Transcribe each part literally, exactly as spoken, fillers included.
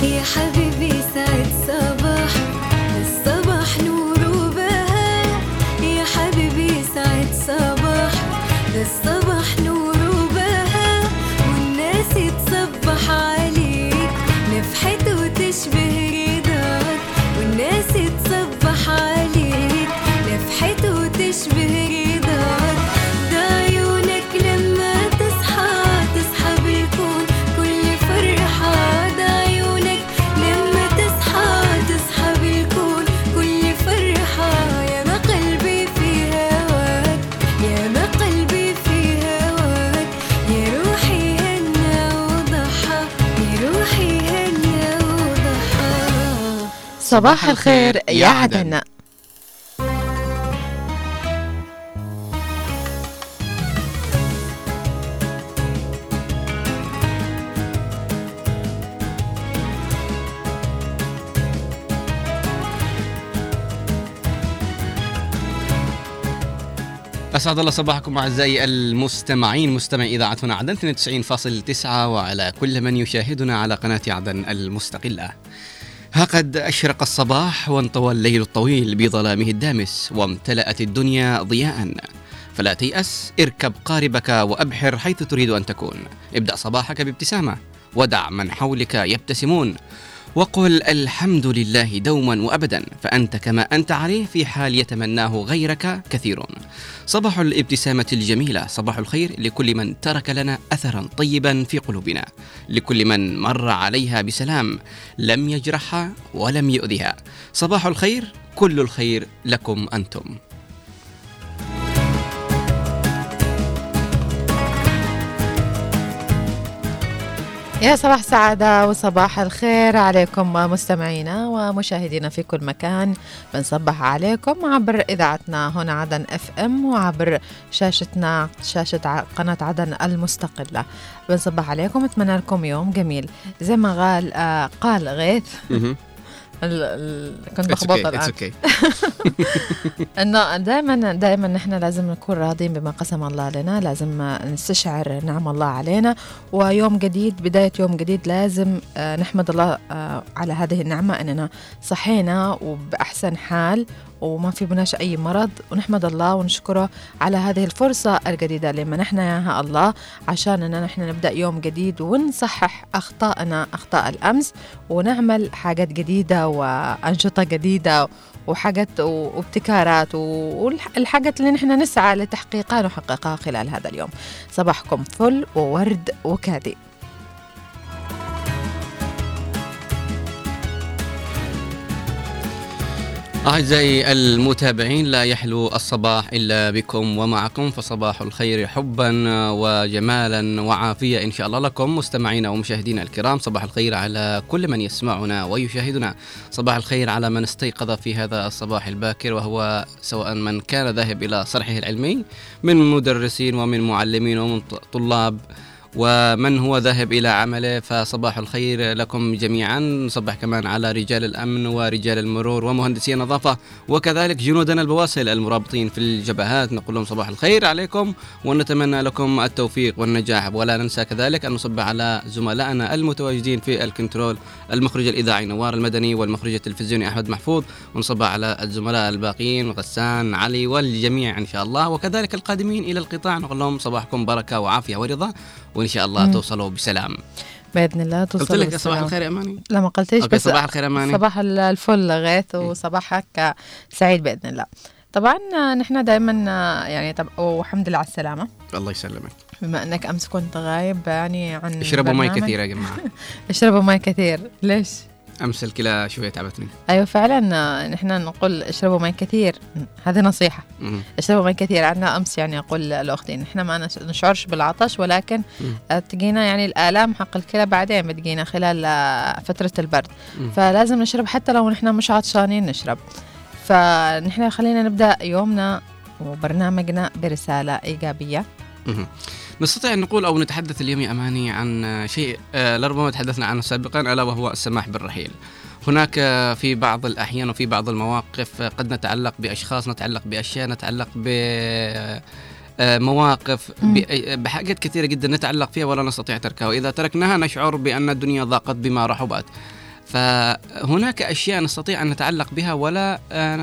يا حبيبي سعد صباح، الصباح نور وبهاء. يا حبيبي سعد صباح، الصباح نور وبهاء. والناس تصبح عليك نفحت وتشبه رضاك. والناس تصبح عليك نفحت وتشبه رضاك. ده عيونك لما تصحى تصحى بالكون كل فرحة. ده عيونك لما تصحى تصحى بالكون كل فرحة. يا ما قلبي في هواك، يا ما قلبي في هواك. يا روحي هنا وضحى، يا روحي هنا وضحى. صباح الخير يا عدن. أسعد الله صباحكم أعزائي المستمعين، مستمعي إذاعتنا عدن اثنين وتسعين فاصلة تسعة، وعلى كل من يشاهدنا على قناة عدن المستقلة. ها قد أشرق الصباح وانطوى الليل الطويل بظلامه الدامس، وامتلأت الدنيا ضياء. فلا تيأس، اركب قاربك وأبحر حيث تريد أن تكون. ابدأ صباحك بابتسامة، ودع من حولك يبتسمون، وقل الحمد لله دوما وأبدا، فأنت كما أنت عليه في حال يتمناه غيرك كثيرون. صباح الابتسامة الجميلة، صباح الخير لكل من ترك لنا أثرا طيبا في قلوبنا، لكل من مر عليها بسلام لم يجرحها ولم يؤذها. صباح الخير، كل الخير لكم أنتم. يا صباح سعادة وصباح الخير عليكم مستمعينا ومشاهدينا في كل مكان. بنصبح عليكم عبر إذاعتنا هنا عدن اف ام، وعبر شاشتنا شاشة قناة عدن المستقلة. بنصبح عليكم، اتمنى لكم يوم جميل. زي ما قال آه قال غيث ال ال كنت بخبط الآن إنه دائما دائما نحن لازم نكون راضين بما قسم الله لنا، لازم نستشعر نعم الله علينا، ويوم جديد بداية يوم جديد لازم آه نحمد الله آه على هذه النعمة أننا صحينا وبأحسن حال وما في بناش أي مرض، ونحمد الله ونشكره على هذه الفرصة الجديدة اللي منحنا إياها الله عشان أننا نحن نبدأ يوم جديد ونصحح أخطائنا أخطاء الأمس، ونعمل حاجات جديدة وأنشطة جديدة وحاجات وابتكارات والحاجات اللي نحن نسعى لتحقيقها ونحققها خلال هذا اليوم. صباحكم فل وورد وكادي. أعزائي المتابعين، لا يحلو الصباح إلا بكم ومعكم، فصباح الخير حبا وجمالا وعافية إن شاء الله لكم مستمعينا ومشاهدينا الكرام. صباح الخير على كل من يسمعنا ويشاهدنا، صباح الخير على من استيقظ في هذا الصباح الباكر، وهو سواء من كان ذاهب إلى صرحه العلمي من مدرسين ومن معلمين ومن طلاب، ومن هو ذاهب إلى عمله، فصباح الخير لكم جميعا. نصبح كمان على رجال الأمن ورجال المرور ومهندسي النظافة، وكذلك جنودنا البواسل المرابطين في الجبهات، نقول لهم صباح الخير عليكم ونتمنى لكم التوفيق والنجاح. ولا ننسى كذلك أن نصبح على زملائنا المتواجدين في الكنترول، المخرج الإذاعي نوار المدني والمخرج التلفزيوني أحمد محفوظ، ونصبح على الزملاء الباقين غسان علي والجميع إن شاء الله، وكذلك القادمين إلى القطاع نقول لهم صباحكم بركة وعافية ورضا، وإن شاء الله مم. توصلوا بسلام بإذن الله. توصلوا قلت لك صباح الخير يا أماني؟ لا ما قلتيش، بس صباح الخير يا أماني. صباح الفل غيث وصباحك سعيد بإذن الله. طبعا نحن دائما يعني طب والحمد لله على السلامة. الله يسلمك. بما أنك أمس كنت غايب يعني عن اشربوا ماء كثير يا جماعة. اشربوا ماء كثير. ليش؟ أمس الكلى شوية تعبتني. أيوة فعلا نحن نقول اشربوا ماء كثير، هذه نصيحة. م- اشربوا ماء كثير. عندنا أمس يعني أقول لأختي نحن ما نشعرش بالعطش، ولكن م- تجينا يعني الآلام حق الكلى بعدين بتجينا خلال فترة البرد، م- فلازم نشرب حتى لو نحن مش عطشانين نشرب. فنحن خلينا نبدأ يومنا وبرنامجنا برسالة إيجابية. م- نستطيع أن نقول أو نتحدث اليوم يا أماني عن شيء لربما تحدثنا عنه سابقا، ألا وهو السماح بالرحيل. هناك في بعض الأحيان وفي بعض المواقف قد نتعلق بأشخاص، نتعلق بأشياء، نتعلق بمواقف، بحاجات كثيرة جدا نتعلق فيها ولا نستطيع تركها، وإذا تركناها نشعر بأن الدنيا ضاقت بما رحبت. فهناك أشياء نستطيع أن نتعلق بها ولا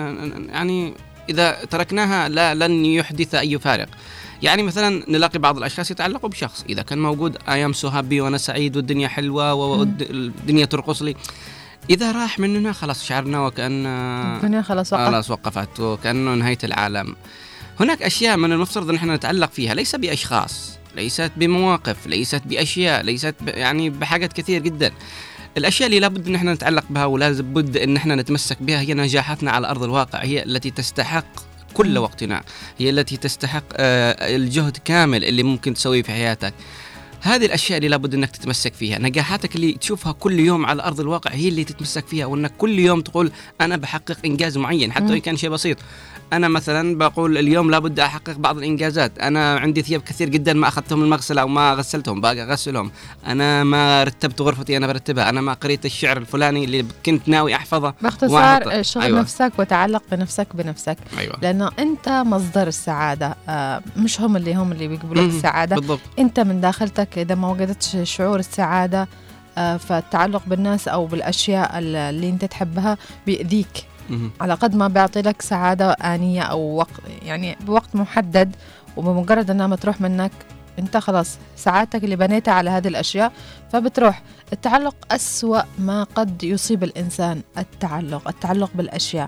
يعني إذا تركناها لا لن يحدث أي فارق. يعني مثلا نلاقي بعض الأشخاص يتعلقوا بشخص إذا كان موجود أيام سهابي وأنا سعيد والدنيا حلوة والدنيا ترقص لي، إذا راح مننا خلاص شعرنا وكأن الدنيا خلاص وقفت. خلاص وقفت وكأنه نهاية العالم. هناك أشياء من المفترض أن احنا نتعلق فيها، ليس بأشخاص، ليست بمواقف، ليست بأشياء، ليست ب... يعني بحاجات كثير جدا. الأشياء اللي لابد أن احنا نتعلق بها ولازم بد أن احنا نتمسك بها هي نجاحاتنا على أرض الواقع، هي التي تستحق كل وقتنا، هي التي تستحق آه الجهد كامل اللي ممكن تسويه في حياتك. هذه الأشياء اللي لابد أنك تتمسك فيها. نجاحاتك اللي تشوفها كل يوم على أرض الواقع هي اللي تتمسك فيها، وأنك كل يوم تقول أنا بحقق إنجاز معين حتى لو كان شيء بسيط. أنا مثلا بقول اليوم لابد أحقق بعض الإنجازات، أنا عندي ثياب كثير جدا ما أخذتهم المغسلة أو ما غسلتهم باقي أغسلهم، أنا ما رتبت غرفتي أنا برتبها، أنا ما قريت الشعر الفلاني اللي كنت ناوي أحفظه. باختصار شغل أيوة. نفسك وتعلق بنفسك بنفسك أيوة. لأنه أنت مصدر السعادة، آه مش هم اللي هم اللي بيقبلوا السعادة بالضبط. أنت من داخلتك إذا ما وجدتش شعور السعادة آه فالتعلق بالناس أو بالأشياء اللي أنت تحبها بيأذيك. على قد ما بيعطي لك سعادة آنية أو وقت يعني بوقت محدد، وبمجرد أنها ما تروح منك أنت خلاص سعادتك اللي بنيتها على هذه الأشياء فبتروح. التعلق أسوأ ما قد يصيب الإنسان، التعلق التعلق بالأشياء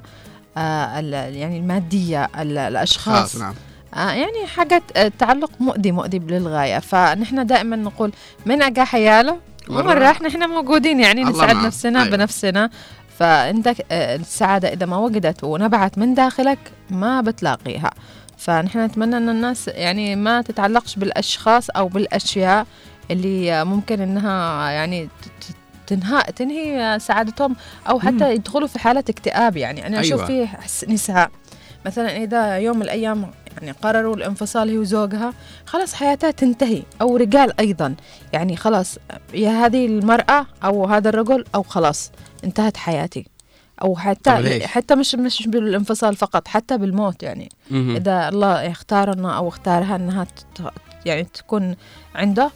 آه يعني المادية، الأشخاص، نعم. آه يعني حاجة التعلق مؤذي مؤذي للغاية. فنحن دائما نقول من أجا حياله ومن راح نحن موجودين، يعني نسعد نفسنا أيوة. بنفسنا. فعندك السعادة إذا ما وجدت ونبعت من داخلك ما بتلاقيها. فنحن نتمنى أن الناس يعني ما تتعلقش بالأشخاص أو بالأشياء اللي ممكن أنها يعني تنهى تنهي سعادتهم أو حتى يدخلوا في حالة اكتئاب. يعني أنا أشوف أيوة. فيه نساء مثلا إذا يوم من الأيام يعني قرروا الانفصال هي وزوجها خلاص حياتها تنتهي، أو رجال أيضا يعني خلاص يا هذه المرأة أو هذا الرجل أو خلاص انتهت حياتي، أو حتى حتى مش مش بالانفصال فقط، حتى بالموت. يعني م-م. إذا الله يختارنا أو اختارها أنها يعني تكون عنده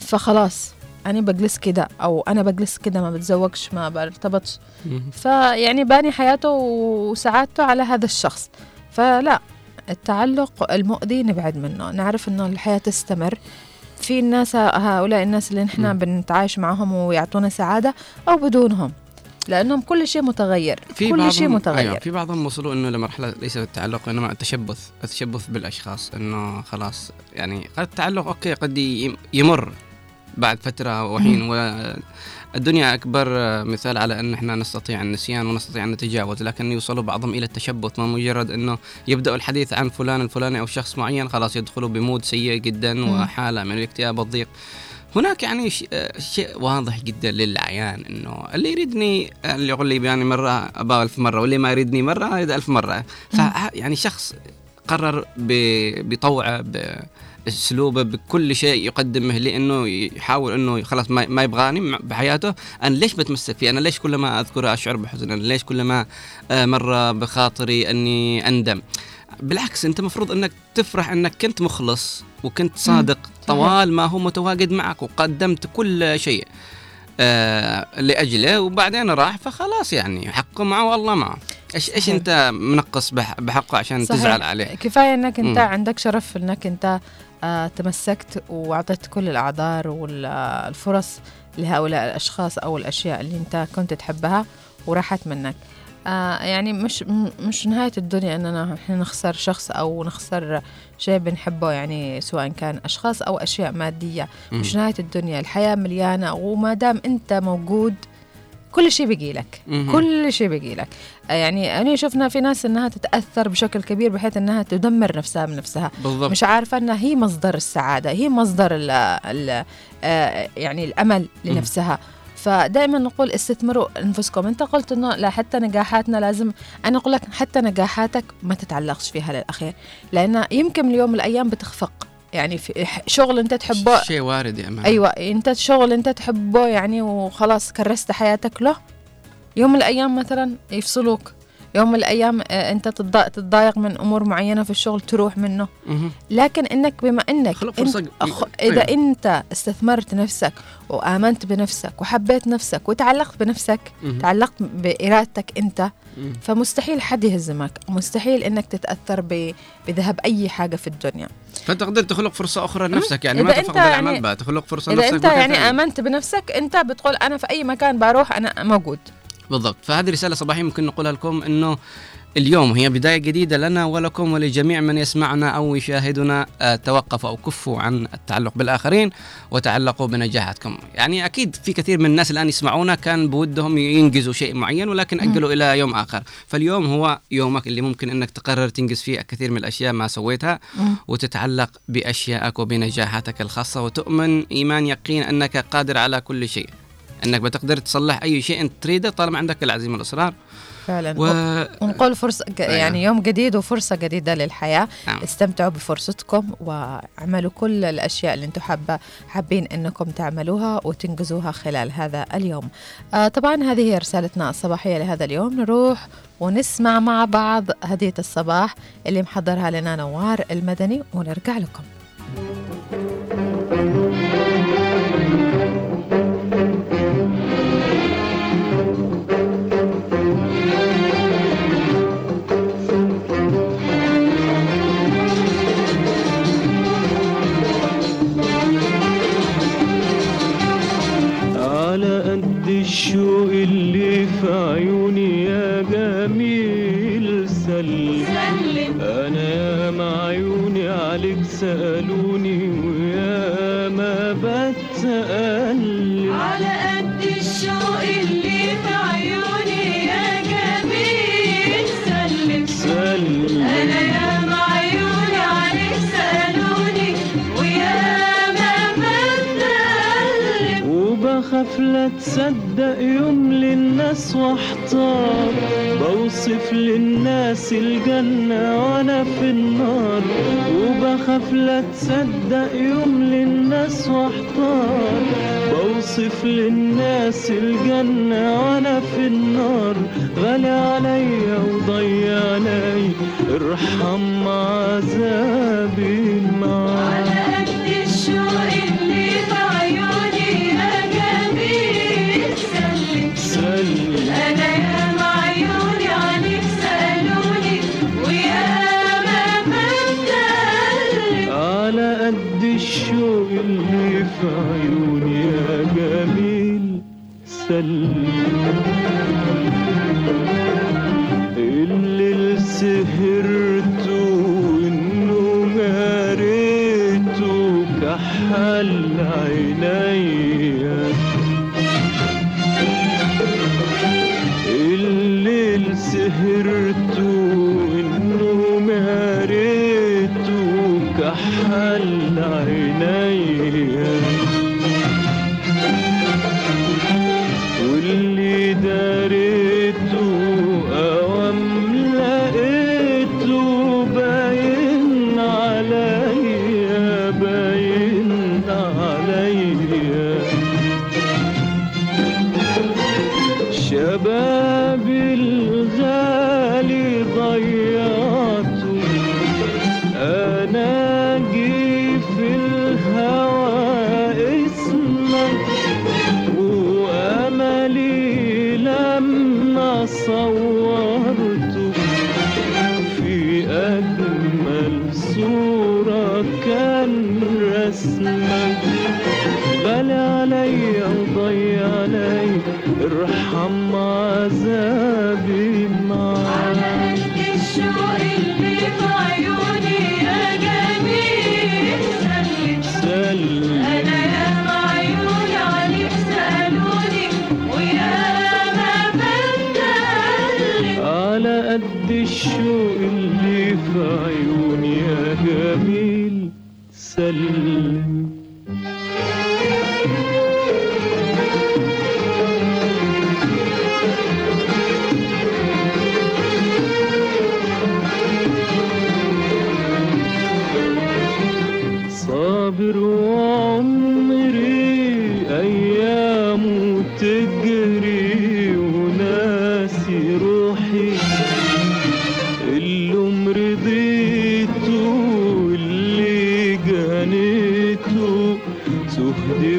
فخلاص أنا بجلس كده أو أنا بجلس كده ما بتزوجش ما برتبطش، فيعني باني حياته وسعادته على هذا الشخص. فلا، التعلق المؤذي نبعد منه، نعرف أنه الحياة تستمر. في الناس هؤلاء الناس اللي نحن بنتعايش معهم ويعطونا سعادة أو بدونهم، لأنهم كل شيء متغير، كل شيء متغير. أيوة. في بعضهم وصلوا إنه لمرحلة ليس التعلق إنما التشبث التشبث بالأشخاص، إنه خلاص يعني قد التعلق أوكي قد يمر بعد فترة وحين، والدنيا أكبر مثال على أن إحنا نستطيع النسيان ونستطيع أن نتجاوز، لكن يوصلوا بعضهم إلى التشبث، ما مجرد إنه يبدأوا الحديث عن فلان الفلاني أو شخص معين خلاص يدخلوا بمود سيء جدا م. وحالة من الاكتئاب والضيق. هناك يعني شيء واضح جدا للعيان إنه اللي يريدني اللي يقول لي يعني مرة أبغى ألف مرة، واللي ما يريدني مرة يريد ألف مرة. فيعني شخص قرر بطوعه بأسلوبه بكل شيء يقدمه لي إنه يحاول إنه خلاص ما يبغاني بحياته. أنا ليش بتمسك فيه؟ أنا ليش كل ما أذكره أشعر بحزن؟ أنا ليش كل ما مرة بخاطري أني أندم؟ بالعكس أنت مفروض أنك تفرح أنك كنت مخلص وكنت صادق طوال ما هو متواجد معك وقدمت كل شيء آه لأجله، وبعدين راح فخلاص يعني حقه معه والله معه. إيش إيش أنت منقص بحقه عشان صحيح. تزعل عليه؟ كفاية أنك أنت م. عندك شرف أنك أنت آه تمسكت وأعطيت كل الأعذار والفرص لهؤلاء الأشخاص أو الأشياء اللي أنت كنت تحبها وراحت منك. آه يعني مش مش نهاية الدنيا أننا نخسر شخص أو نخسر شيء بنحبه، يعني سواء كان أشخاص أو أشياء مادية. م. مش نهاية الدنيا، الحياة مليانة، وما دام أنت موجود كل شيء بيجي لك، كل شيء بيجي لك. آه يعني أنا شفنا في ناس أنها تتأثر بشكل كبير بحيث أنها تدمر نفسها بنفسها بالضبط. مش عارفة أنها هي مصدر السعادة، هي مصدر ال ال آه يعني الأمل لنفسها. م. فدائما نقول استثمروا أنفسكم. أنت قلت إنه لا حتى نجاحاتنا لازم، أنا أقول لك حتى نجاحاتك ما تتعلقش فيها للأخير، لأن يمكن اليوم من الأيام بتخفق. يعني في شغل أنت تحبه شيء وارد يا أمان. أيوة أنت شغل أنت تحبه يعني وخلاص كرست حياتك له، يوم من الأيام مثلا يفصلوك، يوم من الأيام آه، أنت تتضا- تتضايق من أمور معينة في الشغل تروح منه. مهم. لكن إنك بما إنك خلق انت فرصة. أخ... إذا أيوة. أنت استثمرت نفسك وآمنت بنفسك وحبيت نفسك وتعلقت بنفسك، مهم. تعلقت بإرادتك أنت، مهم. فمستحيل حد يهزمك، مستحيل إنك تتأثر ب... بذهب أي حاجة في الدنيا. فتقدر تخلق فرصة أخرى لنفسك، يعني إذا ما أنت تفقد العمل يعني- بقى، تخلق فرصة إذا نفسك أنت مكان يعني ثاني. آمنت بنفسك أنت بتقول أنا في أي مكان بروح أنا موجود. بالضبط. فهذه رسالة صباحية ممكن نقولها لكم، إنه اليوم هي بداية جديدة لنا ولكم ولجميع من يسمعنا أو يشاهدنا. آه، توقفوا أو كفوا عن التعلق بالآخرين وتعلقوا بنجاحاتكم. يعني أكيد في كثير من الناس الآن يسمعونا كان بودهم ينجزوا شيء معين ولكن أجلوا إلى يوم آخر. فاليوم هو يومك اللي ممكن أنك تقرر تنجز فيه كثير من الأشياء ما سويتها، مم. وتتعلق بأشيائك وبنجاحاتك الخاصة، وتؤمن إيمان يقين أنك قادر على كل شيء، أنك بتقدر تصلح أي شيء أنت تريده طالما عندك العزيمة والإصرار. فعلا. و... ونقول فرصة يعني يوم جديد وفرصة جديدة للحياة. نعم. استمتعوا بفرصتكم واعملوا كل الأشياء اللي انتم حابة حابين أنكم تعملوها وتنجزوها خلال هذا اليوم. آه طبعا هذه هي رسالتنا الصباحية لهذا اليوم. نروح ونسمع مع بعض هدية الصباح اللي محضرها لنا نوار المدني ونرجع لكم. على قد الشوق اللي في عيوني يا جميل سلم، انا يا ما عيوني عليك سألوني ويا ما بتقلب. على قد الشوق اللي في عيوني يا جميل سلم سلم أنا يا معيوني عليك سألوني ويا ما بتقلب. وبخاف لا تصدق يوم للناس واحتار، بوصف للناس الجنة وانا في النار. وبخاف لا تصدق يوم للناس واحتار، بوصف للناس الجنة وانا في النار. غالي عليا وضيع علي ارحم عذابي معاك. على قد الشوق اللي في عيوني يا جميل سلم سلم أنا يا معيوني عليك سألوني ويا ما بتقلب. على قد الشوق اللي في عيوني يا جميل سلم. الليل سهرته والنوم قريته كحل عينيا. الليل سهرته والنوم قريته كحل عينيا. واللي داريته أوام لقيته باين عليا باين عليا. شبابي الغالي ضيعته أنا جي في الهوى اسمك. وأملي لما صورته في أجمل صورة كان رسمك. غالي عليا وضيع علي ارحم عذابي معاك. على قد الشوق اللي في عيوني يا جميل سلم سلم أنا يا معيوني عليك سألوني ويا ما بتقلب. على قد الشوق اللي في عيوني يا جميل سلم. صابر وعمري أيامه تجري وناسي روحي سهدي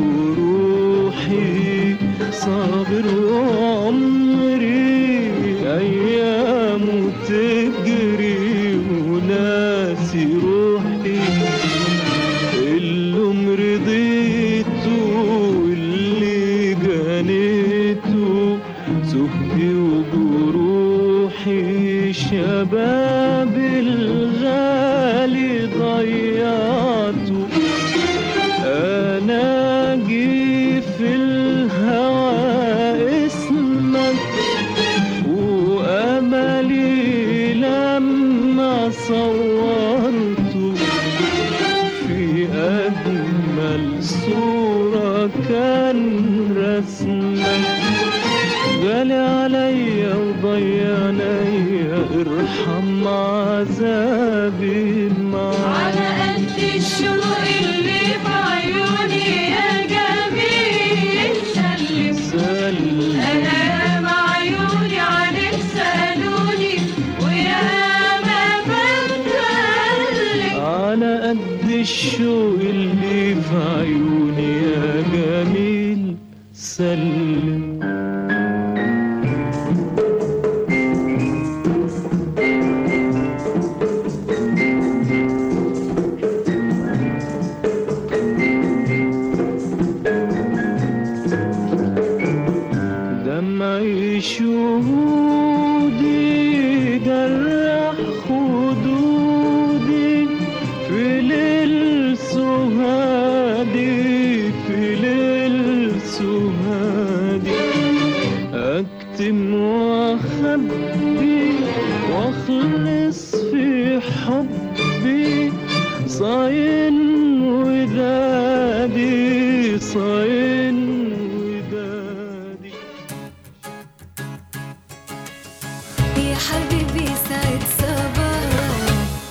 وجروحي صابر وعمري أيامه تجري وناسي روحي اللي مرضيته واللي جنيته سهدي وجروحي شباب الغالي ضيعته أنا جي في الهوى اسمك وأملي لما صورته في أجمل صورة كان رسمك غالي عليا وضيعني ارحم عذابي معاك على قد الشوق اللي في عيوني يا جميل سلم سلم أنا مع عيوني عليك سألوني ويا ما بتكلم على قد الشوق اللي في عيوني يا جميل سلم دمعي شهودي جرح خدودي في ليل سهادي في ليل سهادي أكتم وأخبي وأخلص في حبي صاين ودادي صاين ودادي يا حبيبي سعد صباح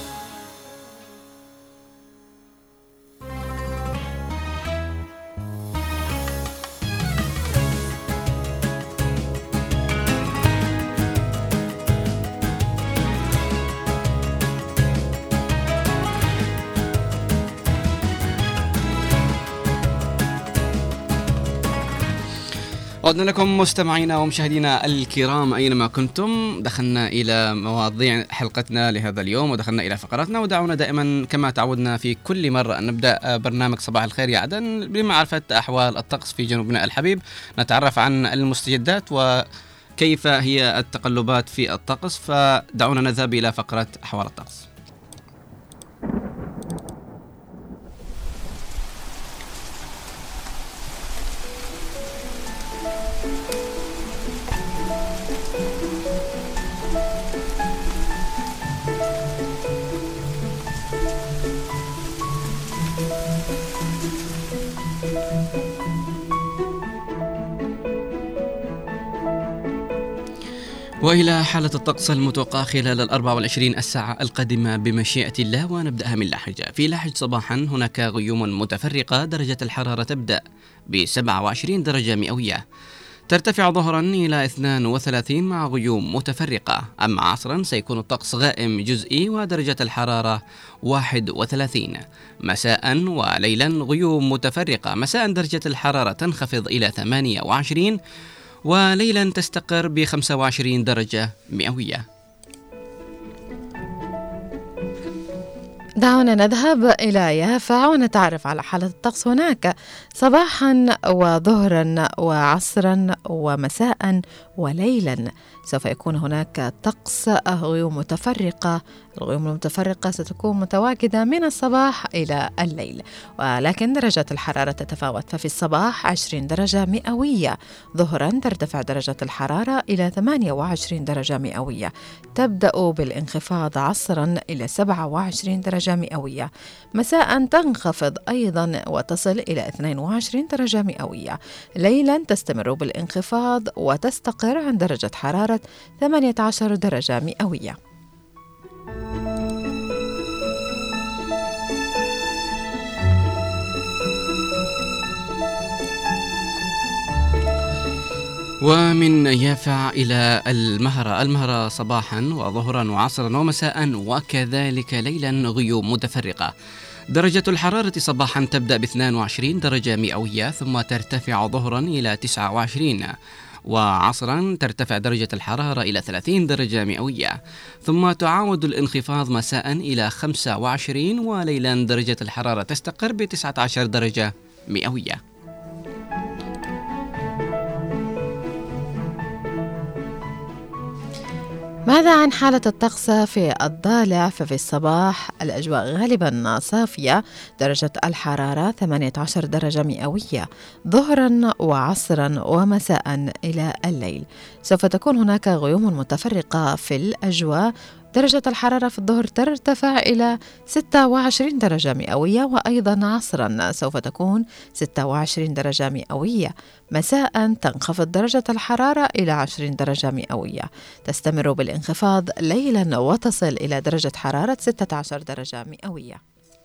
عدنا لكم مستمعينا ومشاهدينا الكرام أينما كنتم. دخلنا إلى مواضيع حلقتنا لهذا اليوم ودخلنا إلى فقراتنا، ودعونا دائما كما تعودنا في كل مرة أن نبدأ برنامج صباح الخير يا عدن بمعرفة أحوال الطقس في جنوبنا الحبيب، نتعرف عن المستجدات وكيف هي التقلبات في الطقس. فدعونا نذهب إلى فقرة أحوال الطقس. وإلى حالة الطقس المتوقعة خلال الأربع والعشرين الساعة القادمة بمشيئة الله، ونبدأها من لاحجة. في لاحج صباحا هناك غيوم متفرقة، درجة الحرارة تبدأ ب سبعة وعشرين درجة مئوية، ترتفع ظهرا إلى اثنين وثلاثين مع غيوم متفرقة. أما عصرا سيكون الطقس غائم جزئي ودرجة الحرارة واحد وثلاثين. مساء وليلا غيوم متفرقة، مساء درجة الحرارة تنخفض إلى ثمانية وعشرين وليلا تستقر ب خمسة وعشرين درجة مئوية. دعونا نذهب إلى يافا ونتعرف على حالة الطقس هناك صباحا وظهرا وعصرا ومساء وليلا. سوف يكون هناك طقس غيوم متفرقة، الغيوم المتفرقة ستكون متواجدة من الصباح إلى الليل، ولكن درجة الحرارة تتفاوت. ففي الصباح عشرين درجة مئوية، ظهرا ترتفع درجة الحرارة إلى ثمانية وعشرين درجة مئوية، تبدأ بالانخفاض عصرا إلى سبعة وعشرين درجة مئوية، مساء تنخفض أيضا وتصل إلى اثنين وعشرين درجة مئوية، ليلا تستمر بالانخفاض وتستقر عند درجة حرارة ثمانية عشر درجة مئوية. ومن يافع إلى المهرة، المهرة صباحا وظهرا وعصرا ومساء وكذلك ليلا غيوم متفرقة، درجة الحرارة صباحا تبدأ ب اثنين وعشرين درجة مئوية، ثم ترتفع ظهرا إلى تسعة وعشرين، وعصرا ترتفع درجة الحرارة إلى ثلاثين درجة مئوية، ثم تعاود الانخفاض مساء إلى خمسة وعشرين، وليلا درجة الحرارة تستقر ب تسعة عشر درجة مئوية. ماذا عن حالة الطقس في الضالع؟ ففي الصباح الأجواء غالبا صافية، درجة الحرارة ثمانية عشر درجة مئوية، ظهرا وعصرا ومساء إلى الليل. سوف تكون هناك غيوم متفرقة في الأجواء، درجة الحرارة في الظهر ترتفع إلى ستة وعشرين درجة مئوية، وأيضا عصرا سوف تكون ستة وعشرين درجة مئوية، مساء تنخفض درجة الحرارة إلى عشرين درجة مئوية، تستمر بالانخفاض ليلا وتصل إلى درجة حرارة ستة عشر درجة مئوية.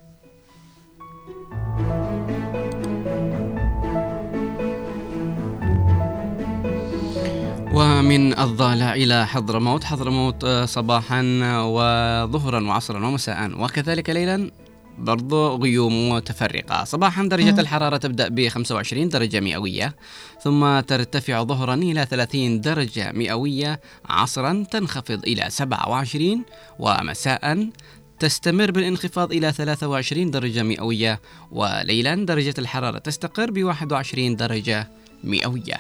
ومن الضالع إلى حضرموت، حضرموت صباحا وظهرا وعصرا ومساء وكذلك ليلا برضو غيوم متفرقة. صباحا درجة م. الحرارة تبدأ ب خمسة وعشرين درجة مئوية، ثم ترتفع ظهرا إلى ثلاثين درجة مئوية، عصرا تنخفض إلى سبعة وعشرين، ومساء تستمر بالانخفاض إلى ثلاثة وعشرين درجة مئوية، وليلا درجة الحرارة تستقر ب واحد وعشرين درجة مئوية.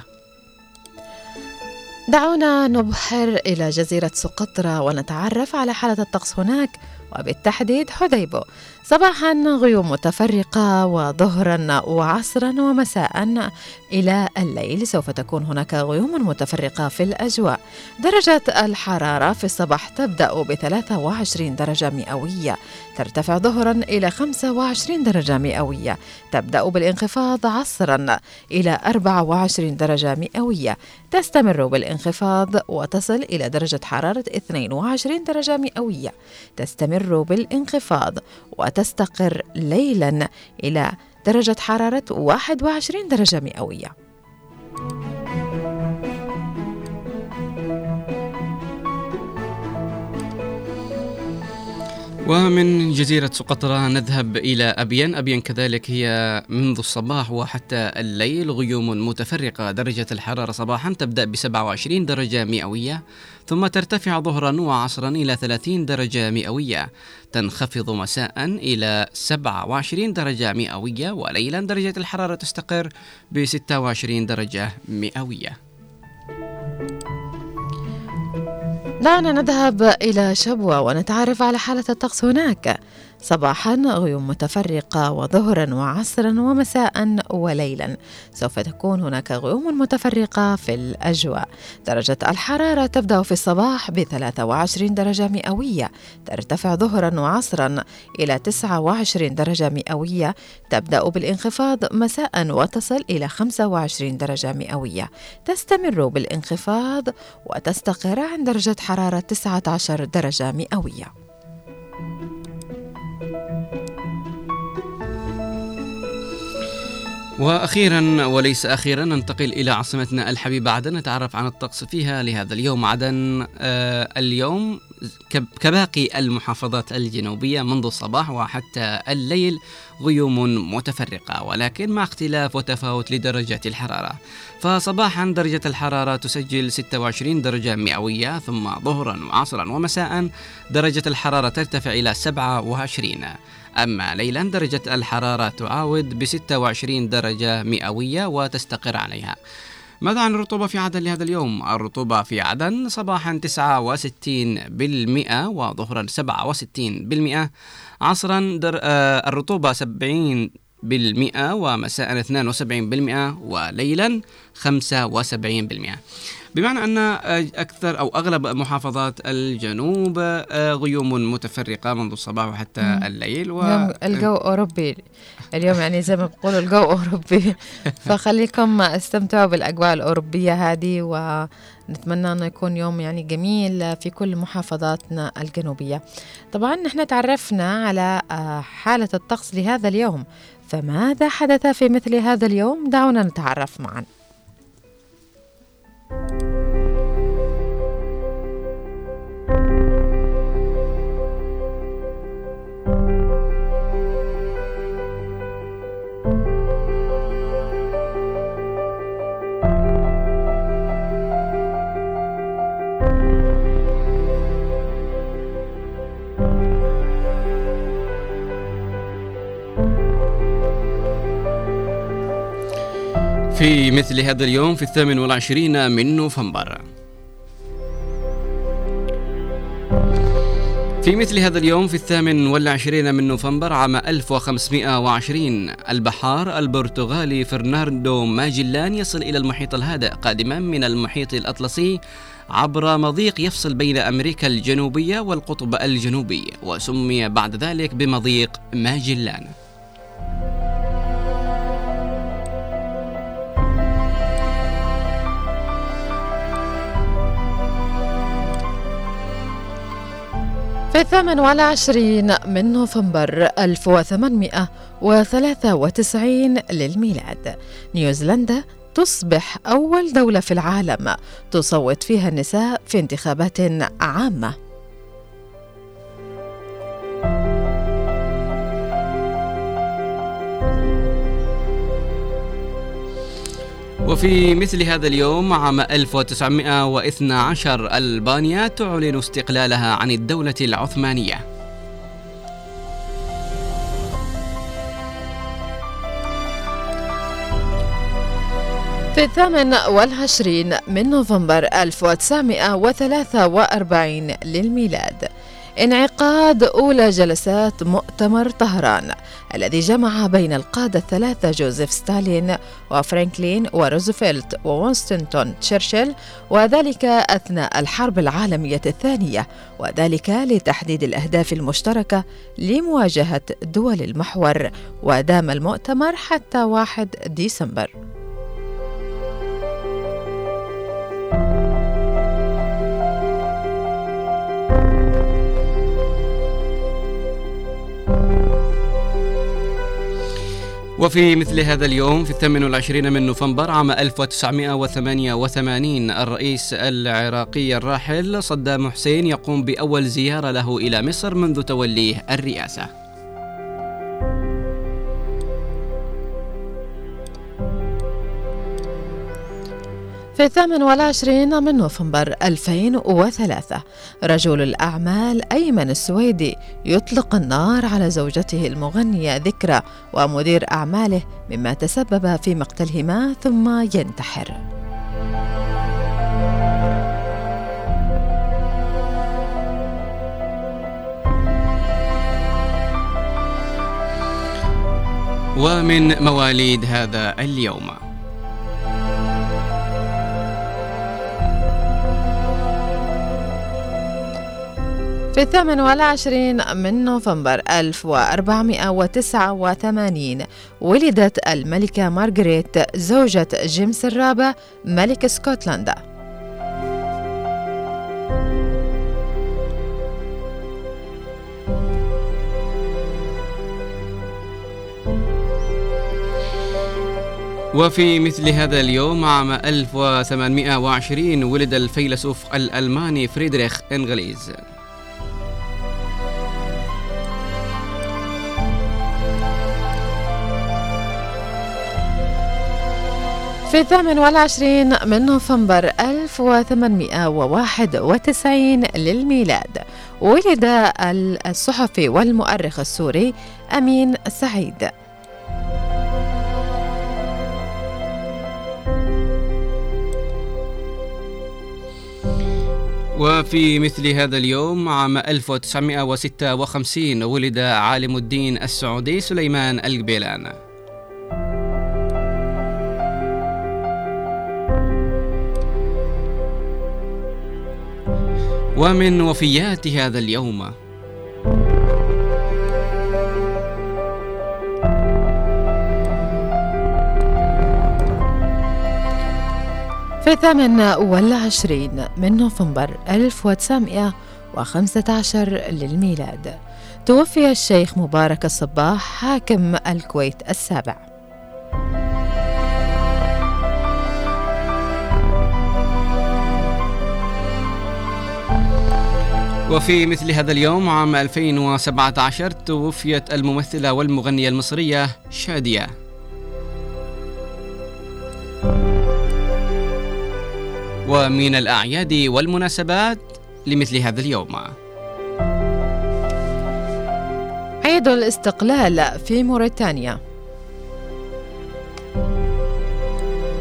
دعونا نبحر إلى جزيرة سقطرى ونتعرف على حالة الطقس هناك، وبالتحديد حديبو. صباحا غيوم متفرقة، وظهرا وعصرا ومساء إلى الليل سوف تكون هناك غيوم متفرقة في الأجواء. درجة الحرارة في الصباح تبدأ ب ثلاثة وعشرين درجة مئوية، ترتفع ظهرا إلى خمسة وعشرين درجة مئوية، تبدأ بالانخفاض عصرا إلى أربعة وعشرين درجة مئوية، تستمر بالانخفاض وتصل إلى درجة حرارة اثنين وعشرين درجة مئوية، تستمر بالانخفاض وتستقر ليلا إلى درجة حرارة واحد وعشرين درجة مئوية. ومن جزيرة سقطرى نذهب إلى أبين. أبين كذلك هي منذ الصباح وحتى الليل غيوم متفرقة. درجة الحرارة صباحا تبدأ ب سبعة وعشرين درجة مئوية، ثم ترتفع ظهرا وعصرا إلى ثلاثين درجة مئوية، تنخفض مساء إلى سبعة وعشرين درجة مئوية، وليلا درجة الحرارة تستقر ب ستة وعشرين درجة مئوية. دعنا نذهب إلى شبوة ونتعرف على حالة الطقس هناك. صباحا غيوم متفرقة، وظهرا وعصرا ومساء وليلا سوف تكون هناك غيوم متفرقة في الأجواء. درجة الحرارة تبدأ في الصباح ب ثلاثة وعشرين درجة مئوية، ترتفع ظهرا وعصرا إلى تسعة وعشرين درجة مئوية، تبدأ بالانخفاض مساء وتصل إلى خمسة وعشرين درجة مئوية، تستمر بالانخفاض وتستقر عند درجة حرارة تسعة عشر درجة مئوية. وأخيرا وليس أخيرا ننتقل إلى عاصمتنا الحبيبة عدن، نتعرف عن الطقس فيها لهذا اليوم. عدن آه اليوم كباقي المحافظات الجنوبية منذ الصباح وحتى الليل غيوم متفرقة، ولكن مع اختلاف وتفاوت لدرجة الحرارة. فصباحا درجة الحرارة تسجل ستة وعشرين درجة مئوية، ثم ظهرا وعصرا ومساء درجة الحرارة ترتفع إلى سبعة وعشرين، أما ليلا درجة الحرارة تعاود ب ستة وعشرين درجة مئوية وتستقر عليها. ماذا عن الرطوبة في عدن لهذا اليوم؟ الرطوبة في عدن صباحا تسعة وستين بالمئة، وظهرا سبعة وستين بالمئة، عصرا در... آه الرطوبة سبعين بالمئة، ومساء اثنين وسبعين بالمئة، وليلا خمسة وسبعين بالمئة. بمعنى أن أكثر أو أغلب محافظات الجنوب غيوم متفرقة منذ الصباح وحتى مم. الليل. و... الجو أوروبي اليوم، يعني زي ما بقولوا الجو أوروبي. فخليكم استمتعوا بالأجواء الأوروبية هذه، ونتمنى أنه يكون يوم يعني جميل في كل محافظاتنا الجنوبية. طبعا نحن تعرفنا على حالة الطقس لهذا اليوم، فماذا حدث في مثل هذا اليوم؟ دعونا نتعرف معا. في مثل هذا اليوم في الثامن والعشرين من نوفمبر في مثل هذا اليوم في الثامن والعشرين من نوفمبر عام ألف وخمسمائة وعشرين البحار البرتغالي فرناندو ماجلان يصل إلى المحيط الهادئ قادما من المحيط الأطلسي عبر مضيق يفصل بين أمريكا الجنوبية والقطب الجنوبي، وسمي بعد ذلك بمضيق ماجلان. في الثامن والعشرين من نوفمبر ألف وثمانمائة وثلاثة وتسعين للميلاد نيوزيلندا تصبح أول دولة في العالم تصوت فيها النساء في انتخابات عامة. وفي مثل هذا اليوم عام ألف وتسعمائة واثني عشر ألبانيا تعلن استقلالها عن الدولة العثمانية. في الثامن والعشرين من نوفمبر ألف وتسعمائة وثلاثة وأربعين للميلاد انعقاد أولى جلسات مؤتمر طهران الذي جمع بين القادة الثلاثة جوزيف ستالين وفرانكلين وروزفلت ووينستون تشرشل، وذلك أثناء الحرب العالمية الثانية، وذلك لتحديد الأهداف المشتركة لمواجهة دول المحور، ودام المؤتمر حتى واحد ديسمبر. وفي مثل هذا اليوم في الثامن والعشرين من نوفمبر عام ألف وتسعمائة وثمانية وثمانين الرئيس العراقي الراحل صدام حسين يقوم بأول زيارة له إلى مصر منذ توليه الرئاسة. في الثامن والعشرين من نوفمبر ألفين وثلاثة رجل الأعمال أيمن السويدي يطلق النار على زوجته المغنية ذكرى ومدير أعماله، مما تسبب في مقتلهما ثم ينتحر. ومن مواليد هذا اليوم في الثامن والعشرين من نوفمبر ألف وأربعمائة وتسعة وثمانين ولدت الملكة مارغريت زوجة جيمس الرابع ملك اسكتلندا. وفي مثل هذا اليوم عام ألف وثمانمائة وعشرين ولد الفيلسوف الألماني فريدريخ إنغليز. في الثامن والعشرين من نوفمبر ألف وثمانمائة وواحد وتسعين للميلاد ولد الصحفي والمؤرخ السوري أمين سعيد. وفي مثل هذا اليوم عام ألف وتسعمائة وستة وخمسين ولد عالم الدين السعودي سليمان القبيلان. ومن وفيات هذا اليوم في الثامن والعشرين من نوفمبر ألف وتسعمائة وخمسة عشر للميلاد توفي الشيخ مبارك الصباح حاكم الكويت السابع. وفي مثل هذا اليوم عام ألفين وسبعة عشر توفيت الممثلة والمغنية المصرية شادية. ومن الأعياد والمناسبات لمثل هذا اليوم عيد الاستقلال في موريتانيا.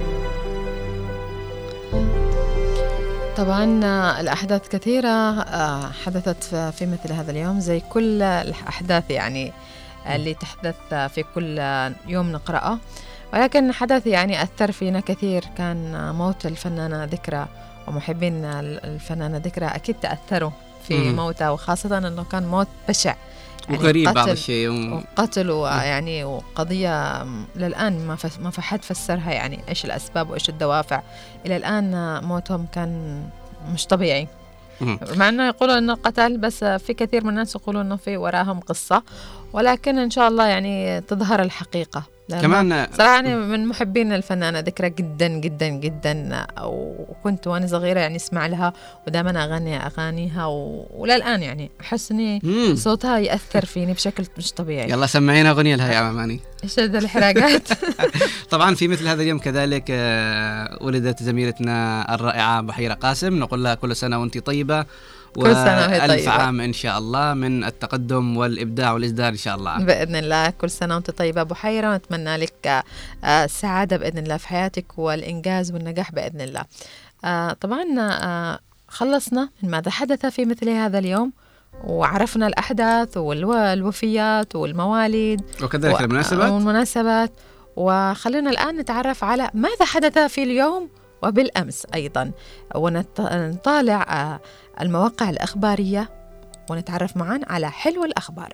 طبعا آه، الأحداث كثيرة آه، حدثت في في مثل هذا اليوم، زي كل الأحداث يعني اللي تحدث آه، في كل آه، يوم نقرأه، ولكن حدث يعني أثر فينا كثير كان آه، موت الفنانة ذكرى، ومحبين الفنانة ذكرى أكيد تأثروا في مم. موتها، وخاصة أنه كان موت بشع يعني وغريب بعض قتل- الشيء و... وقتل ويعني وقضية للآن ما فس ما حد فسرها، يعني إيش الأسباب وإيش الدوافع. إلى الآن موتهم كان مش طبيعي، مم. مع أنه يقولوا أنه قتل، بس في كثير من الناس يقولوا أنه في وراهم قصة، ولكن إن شاء الله يعني تظهر الحقيقة. لأنه كمان صراحة أنا من محبين الفنانة ذكرى جدا جدا جدا، وكنت وأنا صغيرة يعني أسمع لها ودائما أغني أغانيها و... وللآن يعني أحس إني مم. صوتها يأثر فيني بشكل مش طبيعي. يلا سمعينا أغنية لها يا أماني. إيش هذا الحراقات؟ طبعا في مثل هذا اليوم كذلك آه، ولدت زميلتنا الرائعة بحيرة قاسم، نقول لها كل سنة وأنت طيبة، كل سنة وهي وألف طيبة. عام إن شاء الله من التقدم والإبداع والإصدار إن شاء الله. بإذن الله كل سنة وأنت طيبة بحيرة، ونتمنى لك آه، السعادة بإذن الله في حياتك والإنجاز والنجاح بإذن الله. آه، طبعا آه، خلصنا من ماذا حدث في مثل هذا اليوم، وعرفنا الأحداث والوفيات والمواليد وكذلك و- المناسبات. والمناسبات، وخلينا الآن نتعرف على ماذا حدث في اليوم وبالأمس أيضا، ونطالع آه، المواقع الأخبارية، ونتعرف معا على حلو الأخبار.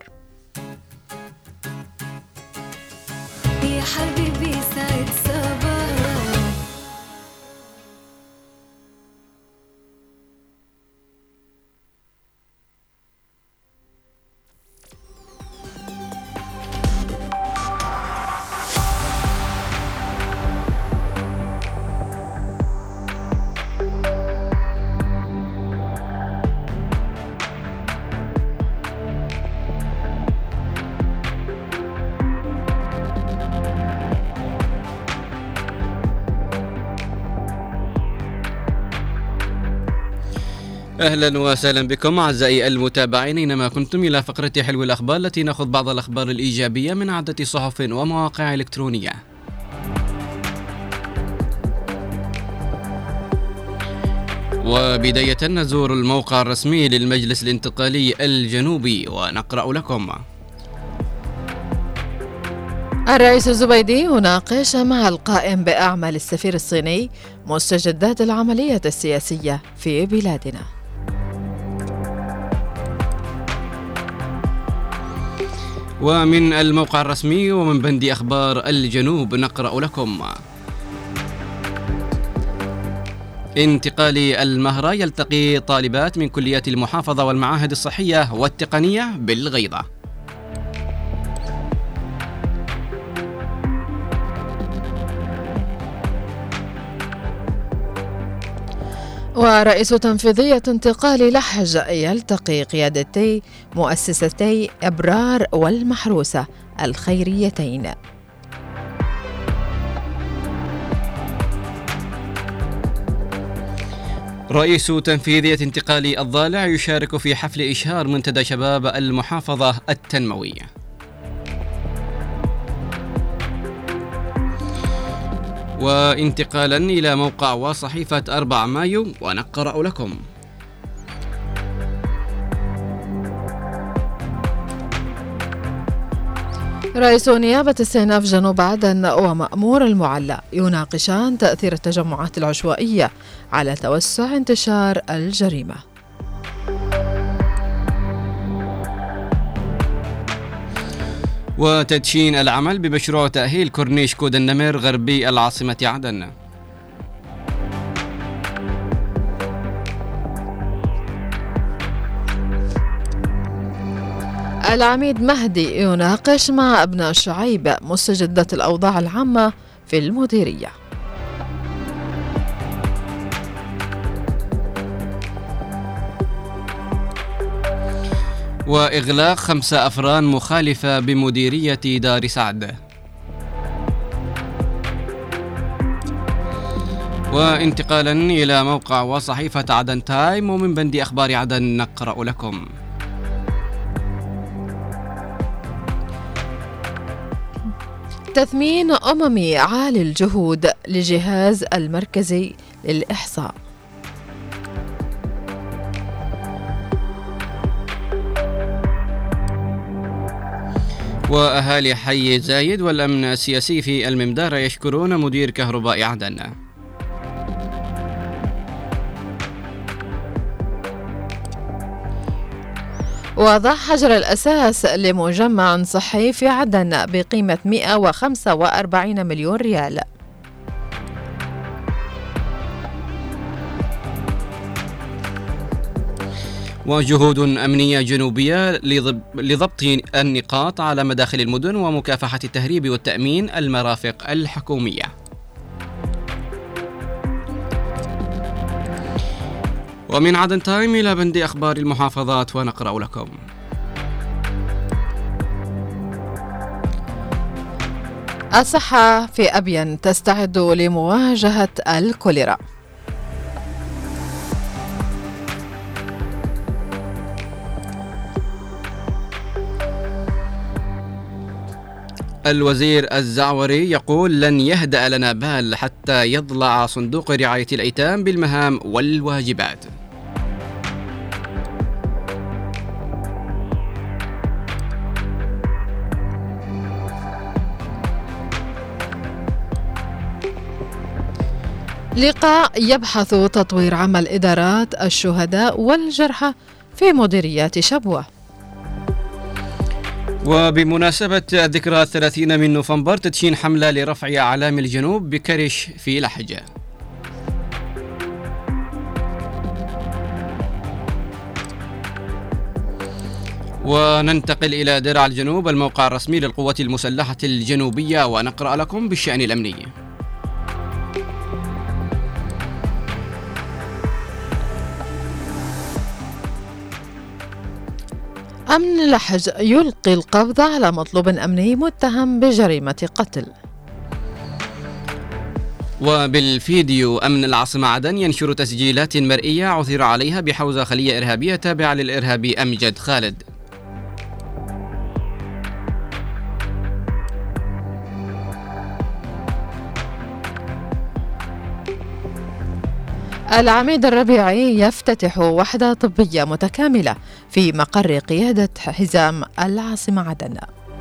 يا حبيبي سعد صباح. أهلا وسهلا بكم أعزائي المتابعين أينما كنتم إلى فقرة حلو الأخبار، التي نأخذ بعض الأخبار الإيجابية من عدة صحف ومواقع إلكترونية. وبداية نزور الموقع الرسمي للمجلس الانتقالي الجنوبي ونقرأ لكم: الرئيس الزبيدي يناقش مع القائم بأعمال السفير الصيني مستجدات العملية السياسية في بلادنا. ومن الموقع الرسمي ومن بند أخبار الجنوب نقرأ لكم: انتقالي المهرة يلتقي طالبات من كليات المحافظة والمعاهد الصحية والتقنية بالغيضة. ورئيس تنفيذية انتقال لحج يلتقي قيادتي مؤسستي أبرار والمحروسة الخيريتين. رئيس تنفيذية انتقال الضالع يشارك في حفل إشهار منتدى شباب المحافظة التنموي. وانتقالا إلى موقع وصحيفة أربعة مايو ونقرأ لكم: رئيس نيابة استئناف جنوب عدن ومأمور المعلى يناقشان تأثير التجمعات العشوائية على توسع انتشار الجريمة. وتدشين العمل بمشروع تأهيل كورنيش كود النمر غربي العاصمة عدن. العميد مهدي يناقش مع أبناء شعيب مستجدات الأوضاع العامة في المديرية. وإغلاق خمسة أفران مخالفة بمديرية دار سعد. وانتقالا إلى موقع وصحيفة عدن تايم ومن بند أخبار عدن نقرأ لكم: تثمين أممي عالي الجهود لجهاز المركزي للإحصاء. وأهالي حي زايد والأمن السياسي في الممدارة يشكرون مدير كهرباء عدن. وضع حجر الأساس لمجمع صحي في عدن بقيمة مئة وخمسة وأربعين مليون ريال. وجهود أمنية جنوبية لضبط النقاط على مداخل المدن ومكافحة التهريب والتأمين المرافق الحكومية. ومن عدن تايم إلى بند أخبار المحافظات ونقرأ لكم. الصحة في أبين تستعد لمواجهة الكوليرا. الوزير الزعوري يقول لن يهدأ لنا بال حتى يضلع صندوق رعاية الأيتام بالمهام والواجبات. لقاء يبحث تطوير عمل إدارات الشهداء والجرحى في مديريات شبوة. وبمناسبة الذكرى الثلاثين من نوفمبر تدشين حملة لرفع أعلام الجنوب بكرش في لحجة. وننتقل إلى درع الجنوب الموقع الرسمي للقوات المسلحة الجنوبية ونقرأ لكم بالشأن الأمني. أمن لحج يلقي القبض على مطلوب أمني متهم بجريمة قتل. وبالفيديو أمن العاصمة عدن ينشر تسجيلات مرئية عثر عليها بحوزة خلية إرهابية تابعة للإرهابي أمجد خالد. العميد الربيعي يفتتح وحدة طبية متكاملة في مقر قيادة حزام العاصمة عدن.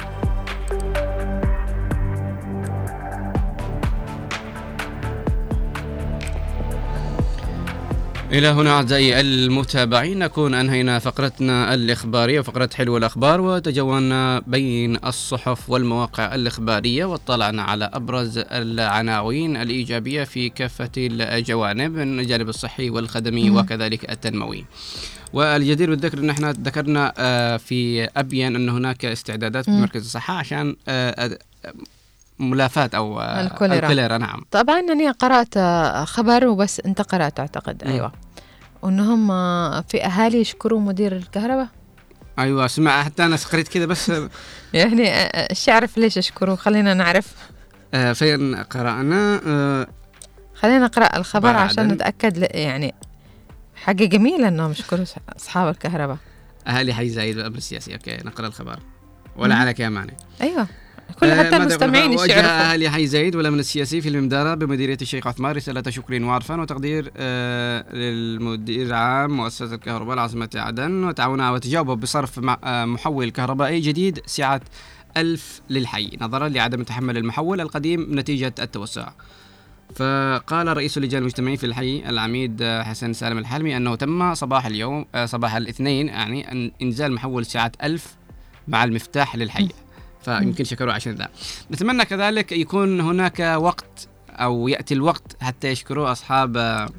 إلى هنا أعزائي المتابعين نكون أنهينا فقرتنا الإخبارية وفقرة حلو الأخبار، وتجولنا بين الصحف والمواقع الإخبارية واطلعنا على أبرز العناوين الإيجابية في كافة الجوانب من الجانب الصحي والخدمي وكذلك التنموي. والجدير بالذكر أن احنا ذكرنا في أبين أن هناك استعدادات في مركز الصحة عشان ملافات أو الكوليرا. الكوليرا. نعم طبعا أنا قرأت خبر وبس أنت قرأت أعتقد. م. أيوة وأنهم في أهالي يشكروا مدير الكهرباء. أيوة سمع حتى أنا قريت كذا بس يعني ايش أعرف ليش يشكروا، خلينا نعرف. آه فين قرأنا آه خلينا نقرأ الخبر عشان نتأكد يعني حاجة جميلة أنهم يشكروا أصحاب الكهرباء. أهالي حي زايد والأمن السياسي. أوكي نقرأ الخبر ولا عليك يا ماني. أيوة كل حتى المستمعين يعرفوا. أهالي حي زايد والأمن السياسي في الممدارة بمديرية الشيخ عثمان رسالة شكر وعرفان وتقدير آه للمدير العام مؤسسة الكهرباء العاصمة عدن وتعاونها وتجاوبه بصرف آه محول كهربائي جديد سعة ألف للحي نظرا لعدم تحمل المحول القديم نتيجة التوسع. فقال رئيس اللجان المجتمعين في الحي العميد حسن سالم الحلمي أنه تم صباح اليوم آه صباح الاثنين يعني أن إنزال محول سعة ألف مع المفتاح للحي، فيمكن شكروا عشان ذا. نتمنى كذلك يكون هناك وقت أو يأتي الوقت حتى يشكروا أصحاب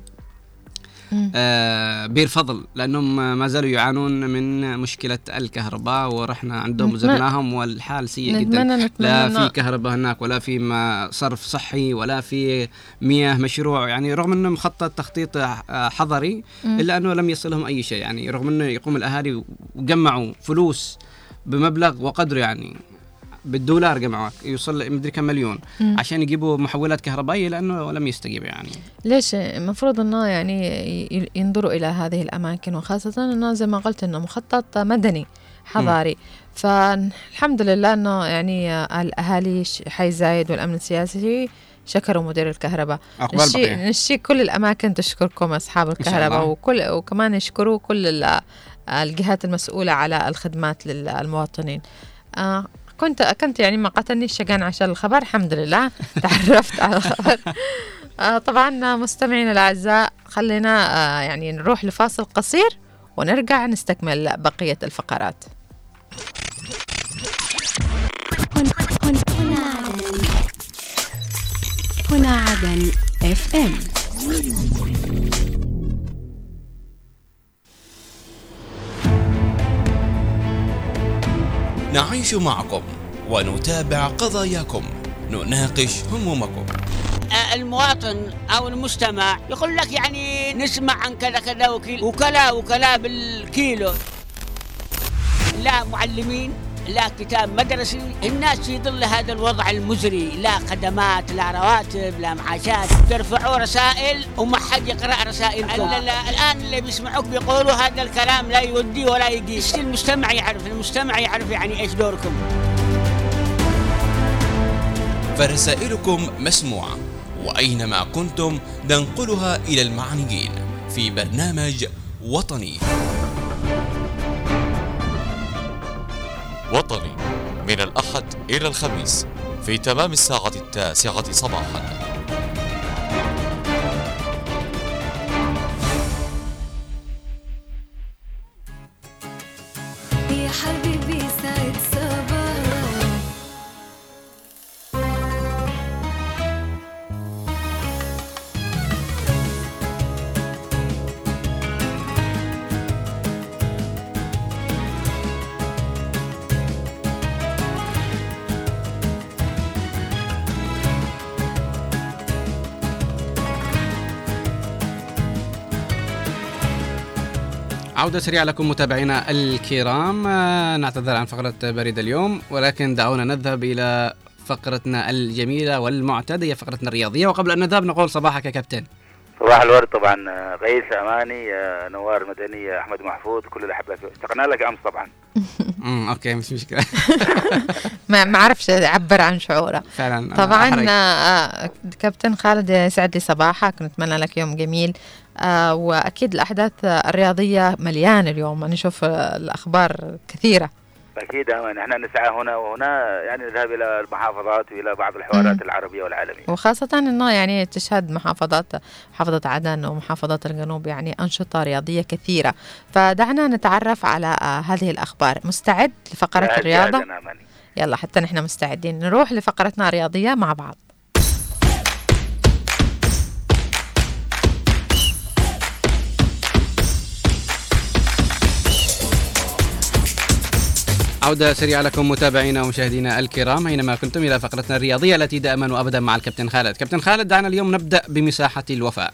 آه بير فضل لأنهم ما زالوا يعانون من مشكلة الكهرباء ورحنا عندهم وزرناهم والحال سيء جدا. نتمنى نتمنى لا في كهرباء هناك ولا في ما صرف صحي ولا في مياه مشروع، يعني رغم أنه مخطط تخطيط حضري إلا أنه لم يصلهم أي شيء. يعني رغم أنه يقوم الأهالي وجمعوا فلوس بمبلغ وقدره يعني بالدولار جمعوا يوصل مدري كم مليون مم. عشان يجيبوا محولات كهربائية لأنه لم يستجيب. يعني ليش المفروض أنه يعني ينظروا إلى هذه الأماكن وخاصة أنه زي ما قلت أنه مخطط مدني حضاري مم. فالحمد لله أنه يعني الأهالي حي زايد والأمن السياسي شكروا مدير الكهرباء. نشي, نشي كل الأماكن تشكركم أصحاب الكهرباء وكل وكمان يشكروا كل الجهات المسؤولة على الخدمات للمواطنين. آه كنت كنت يعني ما قتلني الشجان عشان الخبر، الحمد لله تعرفت على الخبر. آه طبعا مستمعينا الأعزاء، خلينا آه يعني نروح لفاصل قصير ونرجع نستكمل بقية الفقرات. هنا عدن اف ام. نعيش معكم ونتابع قضاياكم، نناقش همومكم. المواطن أو المستمع يقول لك يعني نسمع عن كذا كذا وكلا وكلا بالكيلو، لا معلمين لا كتاب مدرسي، الناس في ظل هذا الوضع المزري، لا خدمات لا رواتب لا معاشات، ترفعوا رسائل وما حد يقرأ رسائلكم. الآن اللي بيسمعوك بيقولوا هذا الكلام لا يودي ولا يقيس. المجتمع يعرف المجتمع يعرف يعني إيش دوركم. فرسائلكم مسموعة، وأينما كنتم ننقلها إلى المعنيين في برنامج وطني. وطني من الأحد إلى الخميس في تمام الساعة التاسعة صباحا. يا حبيبي سعد صباح. عودة سريعة لكم متابعينا الكرام. نعتذر عن فقرة بريد اليوم، ولكن دعونا نذهب إلى فقرتنا الجميلة والمعتادة، فقرتنا الرياضية. وقبل أن نذهب نقول صباحك يا كابتن. صباح الورد طبعا غيث أماني، نوار مدني، أحمد محفوظ، كل الأحبة. اشتقنا لك أمس طبعا. امم اوكي مش مشكلة. ما ما اعرفش اعبر عن شعوره فعلا. طبعا. آه كابتن خالد يسعد لي صباحك، نتمنى لك يوم جميل. آه واكيد الاحداث الرياضيه مليانه اليوم، نشوف الاخبار كثيره. أكيد نحن نسعى هنا وهنا، يعني نذهب إلى المحافظات وإلى بعض الحوارات العربية والعالمية، وخاصة أنه يعني تشهد محافظات محافظة عدن ومحافظات الجنوب يعني أنشطة رياضية كثيرة. فدعنا نتعرف على آه هذه الأخبار. مستعد لفقرة الرياضة؟ يلا حتى نحن مستعدين نروح لفقرتنا الرياضية مع بعض. عودة سريعة لكم متابعينا ومشاهدينا الكرام أينما كنتم إلى فقرتنا الرياضية التي دائما وأبدا مع الكابتن خالد. كابتن خالد، دعنا اليوم نبدأ بمساحة الوفاء.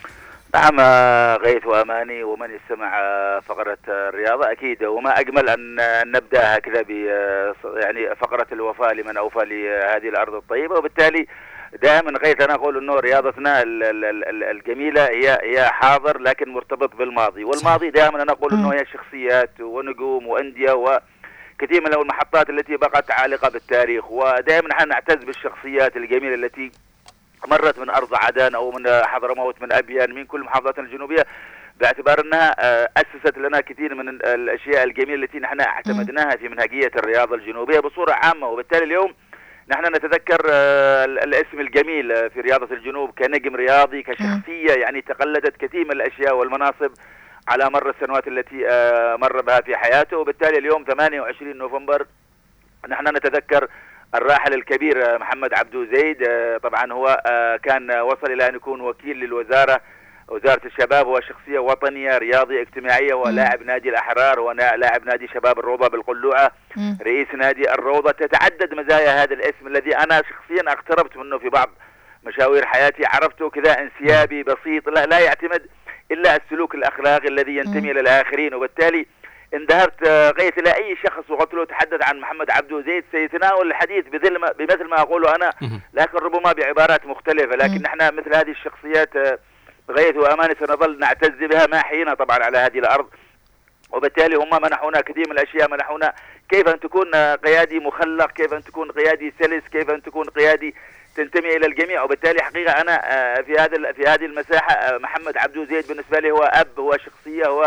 نعم غيث وأماني ومن يستمع فقرة الرياضة، أكيد وما أجمل أن نبدأ هكذا ب يعني فقرة الوفاء لمن أوفى لهذه الأرض الطيبة. وبالتالي دائما غيث أنا أقول أنه رياضتنا الجميلة هي هي حاضر لكن مرتبط بالماضي، والماضي دائما أنا أقول أنه هي شخصيات ونجوم وأندية و كثير من المحطات التي بقت عالقة بالتاريخ. ودائما نحن نعتز بالشخصيات الجميلة التي مرت من أرض عدن أو من حضرموت من أبيان من كل المحافظات الجنوبية، باعتبار أنها أسست لنا كثير من الأشياء الجميلة التي نحن اعتمدناها في منهجية الرياضة الجنوبية بصورة عامة. وبالتالي اليوم نحن نتذكر الاسم الجميل في رياضة الجنوب كنجم رياضي، كشخصية يعني تقلدت كثير من الأشياء والمناصب على مر السنوات التي مر بها في حياته. وبالتالي اليوم ثمانية وعشرين نوفمبر نحن نتذكر الراحل الكبير محمد عبدو زيد. طبعا هو كان وصل إلى أن يكون وكيل للوزارة وزارة الشباب، هو شخصية وطنية رياضية اجتماعية، ولاعب نادي الأحرار ولاعب نادي شباب الروضة بالقلوعة، رئيس نادي الروضة. تتعدد مزايا هذا الاسم الذي أنا شخصيا اقتربت منه في بعض مشاوير حياتي، عرفته كذا انسيابي بسيط لا, لا يعتمد إلا السلوك الأخلاقي الذي ينتمي للآخرين. وبالتالي انذهبت غيث إلى أي شخص وقلت له تحدث عن محمد عبدو زيد سيتناول الحديث بمثل ما أقوله أنا، لكن ربما بعبارات مختلفة. لكن نحن مثل هذه الشخصيات غيث وأماني سنظل نعتز بها ما حين طبعا على هذه الأرض. وبالتالي هم منحونا كثير من الأشياء، منحونا كيف أن تكون قيادي مخلق، كيف أن تكون قيادي سلس، كيف أن تكون قيادي تنتمي إلى الجميع. وبالتالي حقيقة أنا في هذا في هذه المساحة محمد عبدو زيد بالنسبة لي هو أب، هو شخصية، هو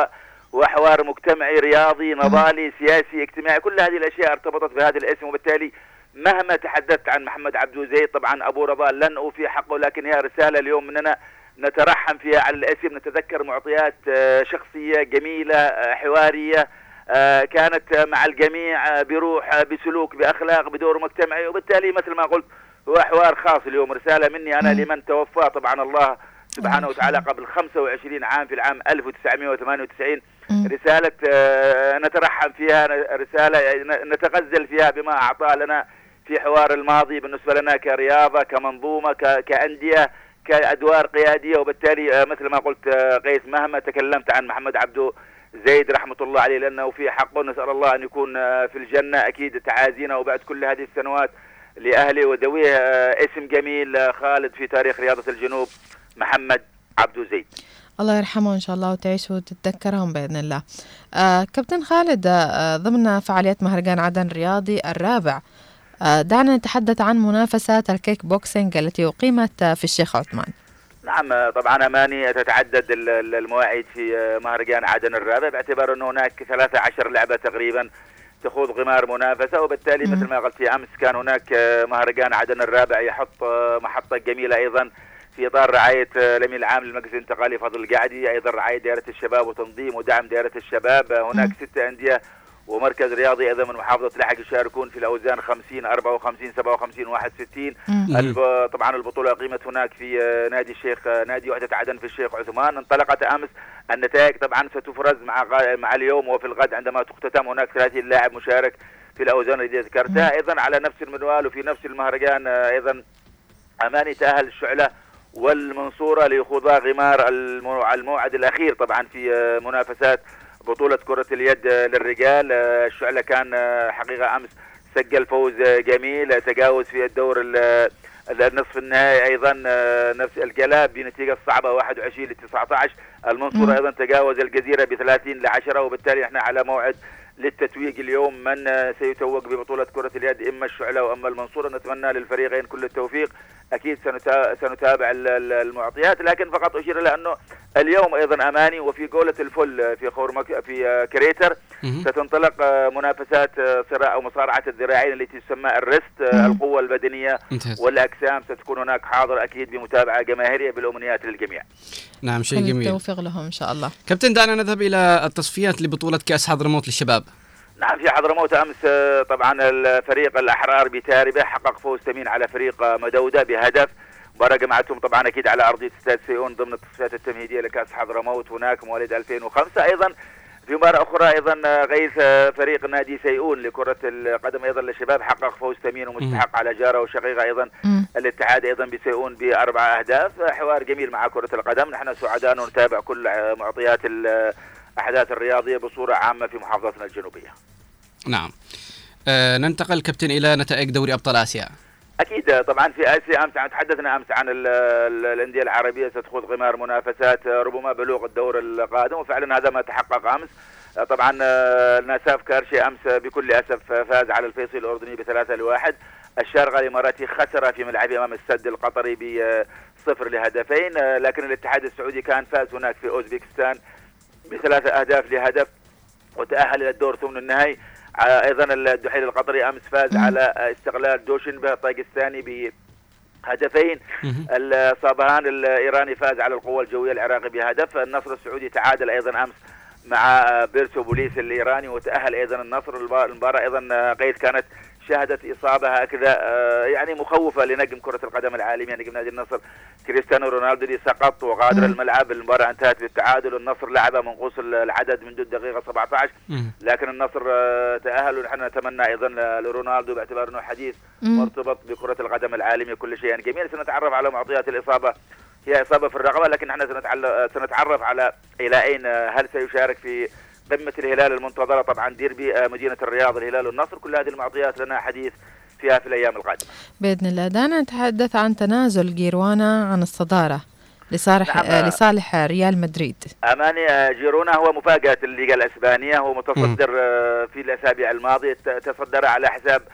هو حوار مجتمعي رياضي نضالي سياسي اجتماعي، كل هذه الأشياء ارتبطت بهذا الاسم، وبالتالي مهما تحدثت عن محمد عبدو زيد طبعا أبو رضا لن أوفي حقه، لكن هي رسالة اليوم مننا نترحم فيها على الاسم، نتذكر معطيات شخصية جميلة حوارية كانت مع الجميع بروح بسلوك بأخلاق بدور مجتمعي، وبالتالي مثل ما قلت هو حوار خاص اليوم، رسالة مني أنا لمن توفى طبعا الله سبحانه وتعالى قبل خمسة وعشرين عام في العام ألف وتسعمائة وثمانية وتسعين، رسالة نترحم فيها، رسالة نتغزل فيها بما أعطاه لنا في حوار الماضي بالنسبة لنا كرياضة كمنظومة كأندية كأدوار قيادية، وبالتالي مثل ما قلت قيس مهما تكلمت عن محمد عبدو زيد رحمة الله عليه لأنه في حقه، نسأل الله أن يكون في الجنة، أكيد تعازينا وبعد كل هذه السنوات لأهله وذويه اسم جميل خالد في تاريخ رياضة الجنوب محمد عبدو زيد. الله يرحمه إن شاء الله وتعيشوا وتتذكرهم بإذن الله. آه كابتن خالد، آه ضمن فعاليات مهرجان عدن الرياضي الرابع، آه دعنا نتحدث عن منافسات الكيك بوكسينج التي أقيمت في الشيخ عثمان. نعم طبعا أماني تتعدد المواعيد في مهرجان عدن الرابع باعتبار أن هناك ثلاثة عشر لعبة تقريبا تخوض غمار منافسة، وبالتالي مثل ما قلت في أمس كان هناك مهرجان عدن الرابع يحط محطة جميلة أيضا في إطار رعاية الأمين العام للمجلس الانتقالي فضل القعدي، أيضا رعاية دائرة الشباب وتنظيم ودعم دائرة الشباب. هناك ستة أندية ومركز رياضي أيضا من محافظة لحج يشاركون في الأوزان خمسين أربعة وخمسين سبعة وخمسين واحد وستين. الب... طبعا البطولة أقيمت هناك في نادي الشيخ نادي وحدة عدن في الشيخ عثمان. انطلقت أمس، النتائج طبعا ستفرز مع مع اليوم وفي الغد عندما تختتم. هناك ثلاثين لاعب مشارك في الأوزان التي ذكرتها. أيضا على نفس المنوال وفي نفس المهرجان أيضا أماني تأهل الشعلة والمنصورة ليخوضا غمار الموعد الأخير طبعا في منافسات بطولة كرة اليد للرجال. الشعلة كان حقيقة أمس سجل فوز جميل، تجاوز في الدور النصف النهائي أيضا نفس الجلاب بنتيجة صعبة واحد وعشرين لتسعة عشر. المنصورة أيضا تجاوز الجزيرة بثلاثين لعشرة، وبالتالي احنا على موعد للتتويج اليوم من سيتوج ببطولة كرة اليد، إما الشعلة وأما المنصورة. نتمنى للفريقين كل التوفيق، أكيد سنتابع المعطيات، لكن فقط أشير إلى أنه اليوم أيضا أماني وفي جولة الفل في خورمك في كريتر ستنطلق منافسات صراع أو مصارعة الذراعين التي تسمى الريست، القوة البدنية والأجسام. ستكون هناك حاضر أكيد بمتابعة جماهيرية بالأمنيات للجميع. نعم، شيء جميل، التوفيق لهم إن شاء الله. كابتن، دعنا نذهب إلى التصفيات لبطولة كأس حضرموت للشباب. نعم، في حضرموت أمس طبعا الفريق الأحرار بتاربة حقق فوز ثمين على فريق مدودة بهدف. مباراة جمعتهم طبعا أكيد على أرضية استاد سيئون ضمن التصفيات التمهيدية لكأس حضرموت هناك مواليد ألفين وخمسة. أيضا في مباراة أخرى أيضا غيث فريق نادي سيئون لكرة القدم أيضا للشباب حقق فوز ثمين ومستحق على جارة وشقيقة أيضا الاتحاد أيضا بسيئون بأربع أهداف. حوار جميل مع كرة القدم، نحن سعداء ونتابع كل معطيات الأحداث الرياضية بصورة عامة في محافظتنا الجنوبية. نعم. أه ننتقل كابتن إلى نتائج دوري أبطال آسيا. أكيد طبعا في آسيا أمس تحدثنا أمس عن الأندية العربية ستخوض غمار منافسات ربما بلوغ الدور القادم، وفعلا هذا ما تحقق أمس. طبعا ناساف كارشي أمس بكل أسف فاز على الفيصل الأردني بثلاثة لواحد. الشارقة الإماراتي خسر في ملعبه أمام السد القطري بصفر لهدفين، لكن الاتحاد السعودي كان فاز هناك في أوزبكستان بثلاثة أهداف لهدف وتأهل إلى الدور ثمن النهائي. ايضا الدحيل القطري امس فاز على استقلال دوشنبه الطاقستاني بهدفين. الصابهان الايراني فاز على القوة الجوية العراقي بهدف. النصر السعودي تعادل ايضا امس مع بيرسو بوليس الايراني وتأهل ايضا النصر. المباراة ايضا قيد كانت شهدت إصابة هكذا يعني مخوفة لنجم كرة القدم العالمي نجم نادي النصر كريستيانو رونالدو اللي سقط وغادر الملعب. المباراة انتهت بالتعادل. النصر لعب منقوص العدد من دون دقيقة سبعة عشر، لكن النصر تأهل. ونحن نتمنى أيضا لرونالدو باعتبار أنه حديث مرتبط بكرة القدم العالمية كل شيء جميل. سنتعرف على معطيات الإصابة، هي إصابة في الرقبة، لكن نحن سنتعرف على إلى أين هل سيشارك في قمة الهلال المنتظرة طبعا ديربي مدينة الرياض الهلال والنصر. كل هذه المعطيات لنا حديث فيها في الأيام القادمة بإذن الله. دعنا نتحدث عن تنازل جيرونا عن الصدارة لصالح نعم. لصالح ريال مدريد. أماني جيرونا هو مفاجأة الليغا الإسبانية، هو متصدر م. في الأسابيع الماضية، تصدر على حساب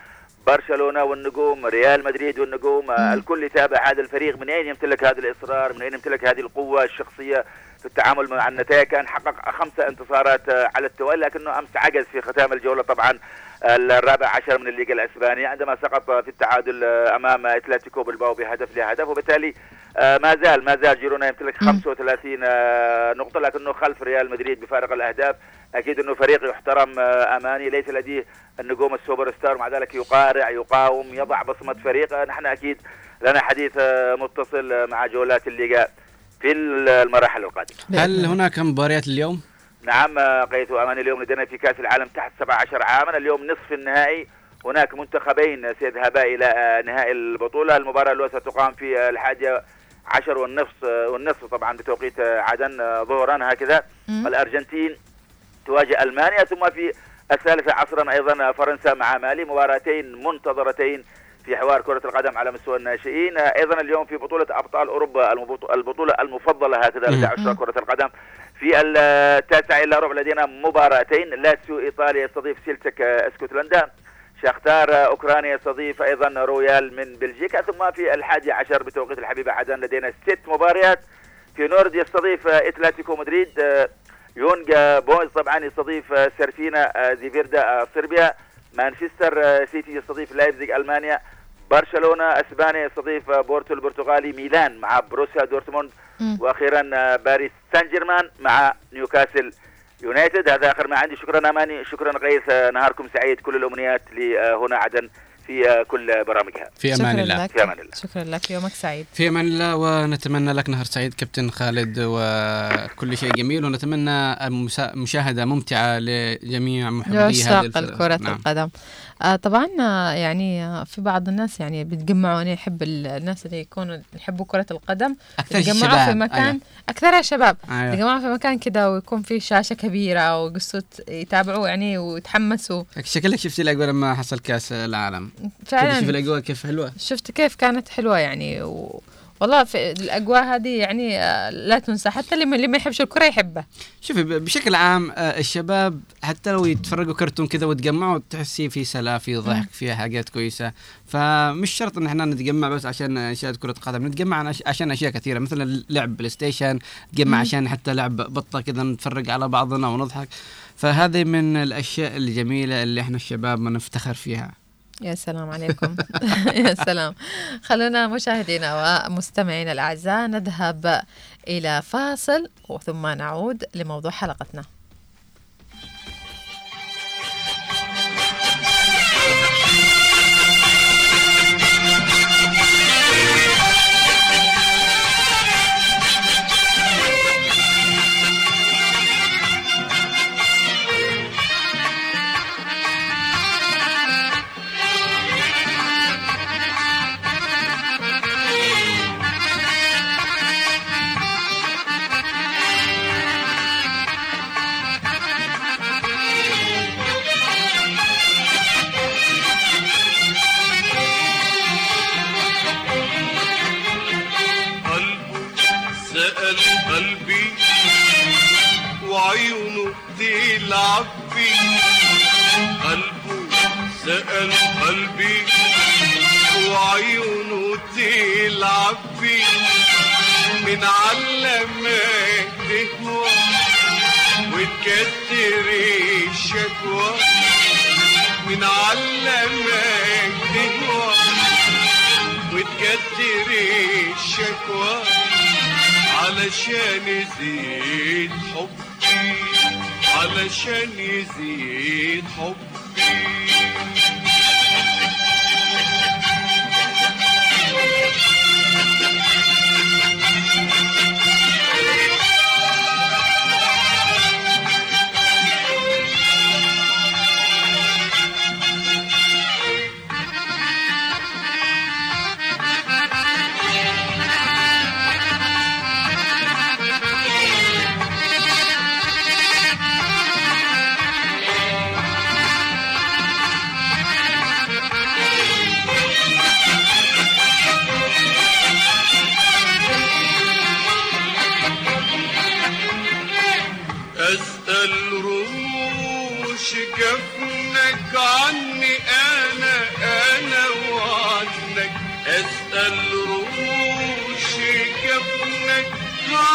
برشلونة والنجوم، ريال مدريد والنجوم، الكل يتابع هذا الفريق من أين يمتلك هذا الإصرار، من أين يمتلك هذه القوة الشخصية في التعامل مع النتائج. كان حقق خمسة انتصارات على التوالي، لكنه أمس عجز في ختام الجولة طبعا الرابع عشر من الليغا الإسبانية عندما سقط في التعادل أمام أتلتيكو بلباو بهدف لهدف، وبالتالي ما زال ما زال جيرونا يمتلك خمسة وثلاثين نقطة، لكنه خلف ريال مدريد بفارق الأهداف. أكيد أنه فريق يحترم أماني، ليس لديه النجوم السوبر ستار، مع ذلك يقارع يقاوم يضع بصمة فريق. نحن أكيد لنا حديث متصل مع جولات الليغا في المراحل القادمة. هل هناك مباريات اليوم؟ نعم قيث أماني، اليوم لدينا في كأس العالم تحت سبعة عشر عاما اليوم نصف النهائي، هناك منتخبين سيذهبا إلى نهائي البطولة. المباراة الأولى ستقام في الحادية عشر والنصف والنصف طبعا بتوقيت عدن ظهرا هكذا. الأرجنتين تواجه ألمانيا، ثم في الثالثة عصرا أيضا فرنسا مع مالي، مباراتين منتظرتين في حوار كرة القدم على مستوى الناشئين. أيضا اليوم في بطولة أبطال أوروبا البطولة المفضلة هكذا لدى عشاق كرة القدم، في التاسع إلى ربع لدينا مباراتين، لاتسيو إيطاليا يستضيف سيلتك اسكتلندا، شاختار أوكرانيا يستضيف أيضا رويال من بلجيكا. ثم في الحادي عشر بتوقيت الحبيبة عدن لدينا ست مباريات، في نورد يستضيف اتلتيكو مدريد، يونغ بويز طبعا يستضيف سيرفينا زيفيردا صربيا، مانشستر سيتي يستضيف لايبزيغ ألمانيا، برشلونة اسبانيا يستضيف بورتو البرتغالي، ميلان مع بروسيا دورتموند، واخيرا باريس سان جيرمان مع نيوكاسل يونايتد. هذا اخر ما عندي. شكرا اماني، شكرا قيس، نهاركم سعيد، كل الامنيات لهنا عدن في كل برامجها. في امان الله. في امان الله. شكرا لك، يومك سعيد. في امان الله، ونتمنى لك نهار سعيد كابتن خالد، وكل شيء جميل، ونتمنى مشاهده ممتعه لجميع محبي هذه الكرة نعم. القدم. آه طبعا يعني في بعض الناس يعني بيتجمعوا، انا يحب الناس اللي يكونوا يحبوا كرة القدم يتجمعوا في مكان أيوة. اكثرها شباب أيوة. يتجمعوا في مكان كده ويكون في شاشة كبيرة وقصوا يتابعوا يعني ويتحمسوا. شكلك شفت الاجواء لما حصل كاس العالم فعلا، شوف الاجواء كيف حلوة، شفت كيف كانت حلوة يعني و... والله في الأجواء هذه يعني لا تنسى، حتى اللي ما يحبش الكرة يحبها. شوفي بشكل عام الشباب حتى لو يتفرجوا كرتون كذا وتجمعوا تحسي في سلا في ضحك فيها حاجات كويسة، فمش شرط ان احنا نتجمع بس عشان نشاهد كرة قدم، نتجمع عشان اشياء كثيرة، مثلا لعب بلاي ستيشن، نتجمع عشان حتى لعب بطة كذا نتفرج على بعضنا ونضحك. فهذه من الاشياء الجميلة اللي احنا الشباب ما نفتخر فيها. يا سلام عليكم. يا سلام. خلونا مشاهدينا ومستمعينا الأعزاء نذهب إلى فاصل وثم نعود لموضوع حلقتنا. قلبي وعيونه تلعب بي، قلبه سأل قلبي وعيونه تلعب بي، من علمك تهوى وتكتر الشكوى، من علمك تهوى وتكتر الشكوى، علشان يزيد حبي، علشان يزيد حبي.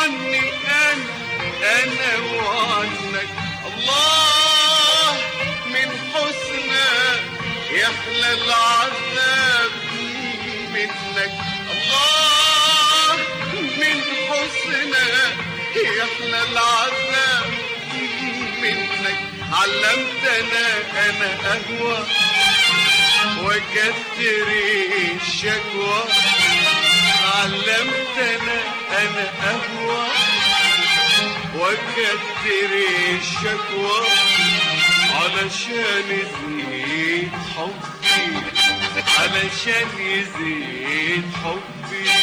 عني أنا أنا وعنك. الله من حسنى يحلى العذاب منك. الله من حسنى يحلى العذاب منك. علمتنا أنا أهوى وكتر الشكوى. علمتنا أنا أهوى وكتر الشكوى علشان يزيد حبي علشان يزيد حبي.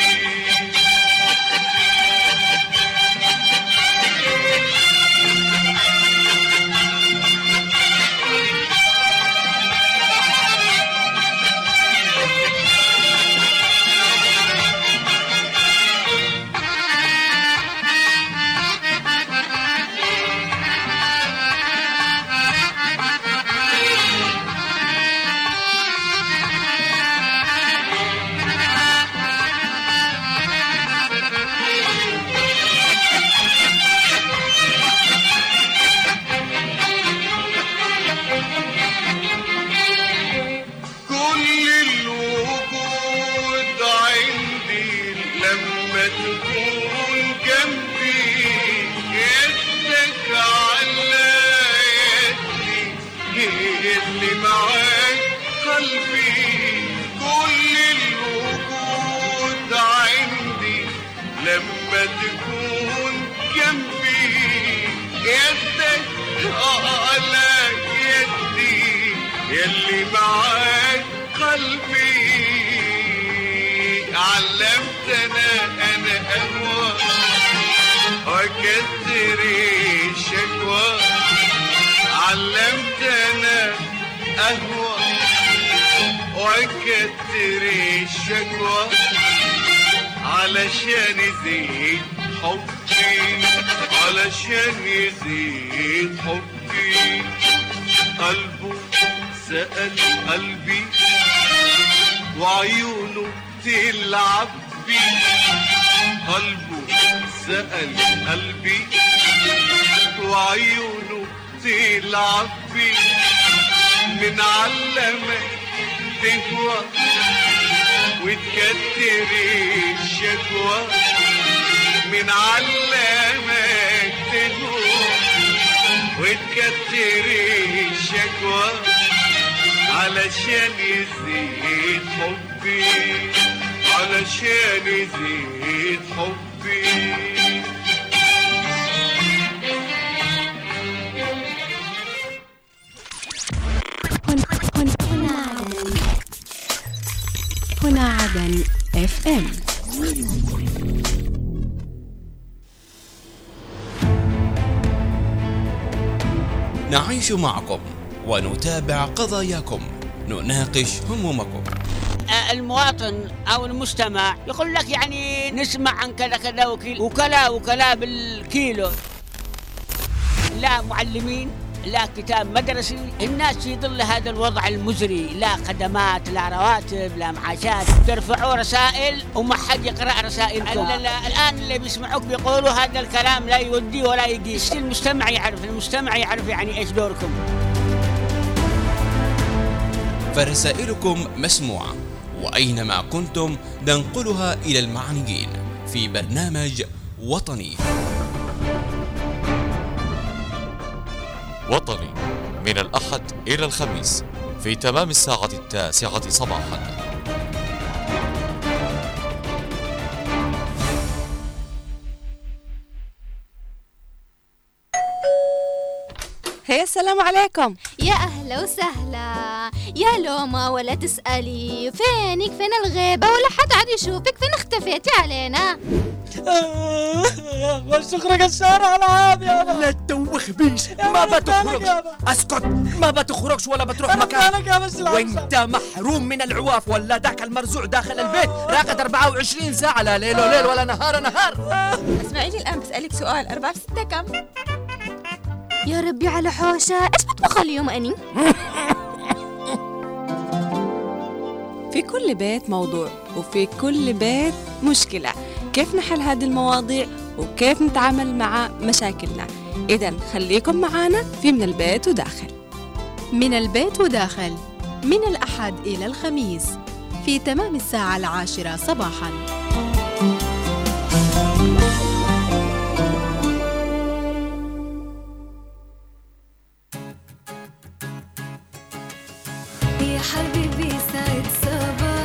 اللي معاك قلبي كل الوجود عندي لما تكون جنبي يدك على يدي يلي معاك قلبي. علمتنا انا اهوى وكتر الشكوى. علمتنا أهوى وكتر الشكوى علشان يزيد حبي علشان يزيد حبي. قلبه سأل قلبي وعيونه تلعب بي. قلبه سأل قلبي وعيونه تلعب بي. من علمك تهوى وتكتر الشكوى. من علمك تهوى وتكتر الشكوى علشان يزيد حبي علشان يزيد حبي. هنا عدن اف ام. نعيش معكم ونتابع قضاياكم نناقش همومكم. المواطن او المستمع يقول لك يعني نسمع عن كذا كذا وكلا وكلا بالكيلو. لا معلمين لا كتاب مدرسي. الناس في ظل هذا الوضع المزري لا خدمات لا رواتب لا معاشات. ترفعوا رسائل وما حد يقرأ رسائلكم. الآن اللي بيسمعوك بيقولوا هذا الكلام لا يودي ولا يقيس. المجتمع يعرف المجتمع يعرف يعني إيش دوركم. فرسائلكم مسموعة وأينما كنتم ننقلها إلى المعنيين في برنامج وطني. وطني من الأحد إلى الخميس في تمام الساعة التاسعة صباحا. هيا السلام عليكم. يا أهلا وسهلا. يا لوما ولا تسألي فينك فين الغيبة ولا حد عاد يشوفك فين اختفيتي علينا. والشغل قشار على عاب يا لا تدوخ بيش ما بتخرجش. اسكت ما بتخرجش ولا بتروح مكان وانت محروم من العواف ولا ذاك المرزوع داخل البيت راقد أربعة وعشرين ساعة لا ليل وليل ولا نهار نهار. اسمعيني الآن بسألك سؤال. أربعة في ستة كم؟ يا ربي على حوشة ايش بطبخ اليوم أني؟ في كل بيت موضوع وفي كل بيت مشكلة. كيف نحل هذه المواضيع وكيف نتعامل مع مشاكلنا. إذن خليكم معنا في من البيت وداخل. من البيت وداخل من الأحد إلى الخميس في تمام الساعة العاشرة صباحاً. يا حبيبي سعد صباح.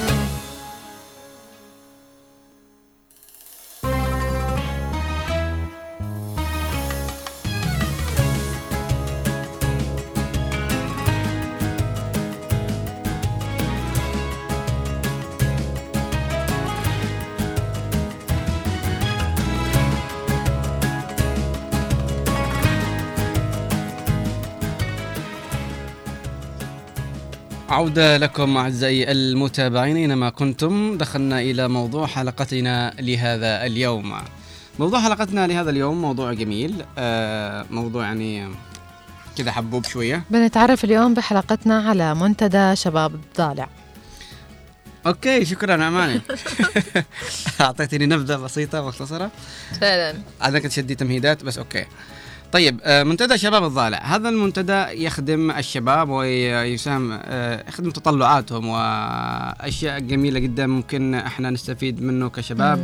عودة لكم أعزائي المتابعين أينما كنتم. دخلنا إلى موضوع حلقتنا لهذا اليوم. موضوع حلقتنا لهذا اليوم موضوع جميل، آه موضوع يعني كذا حبوب شوية. بنتعرف اليوم بحلقتنا على منتدى شباب الضالع. أوكي، شكرا أماني. أعطيتني نبذة بسيطة مختصرة فعلا. أنا كنت شدي تمهيدات بس أوكي. طيب، منتدى شباب الضالع، هذا المنتدى يخدم الشباب ويساهم يخدم تطلعاتهم وأشياء جميلة جدا ممكن احنا نستفيد منه كشباب.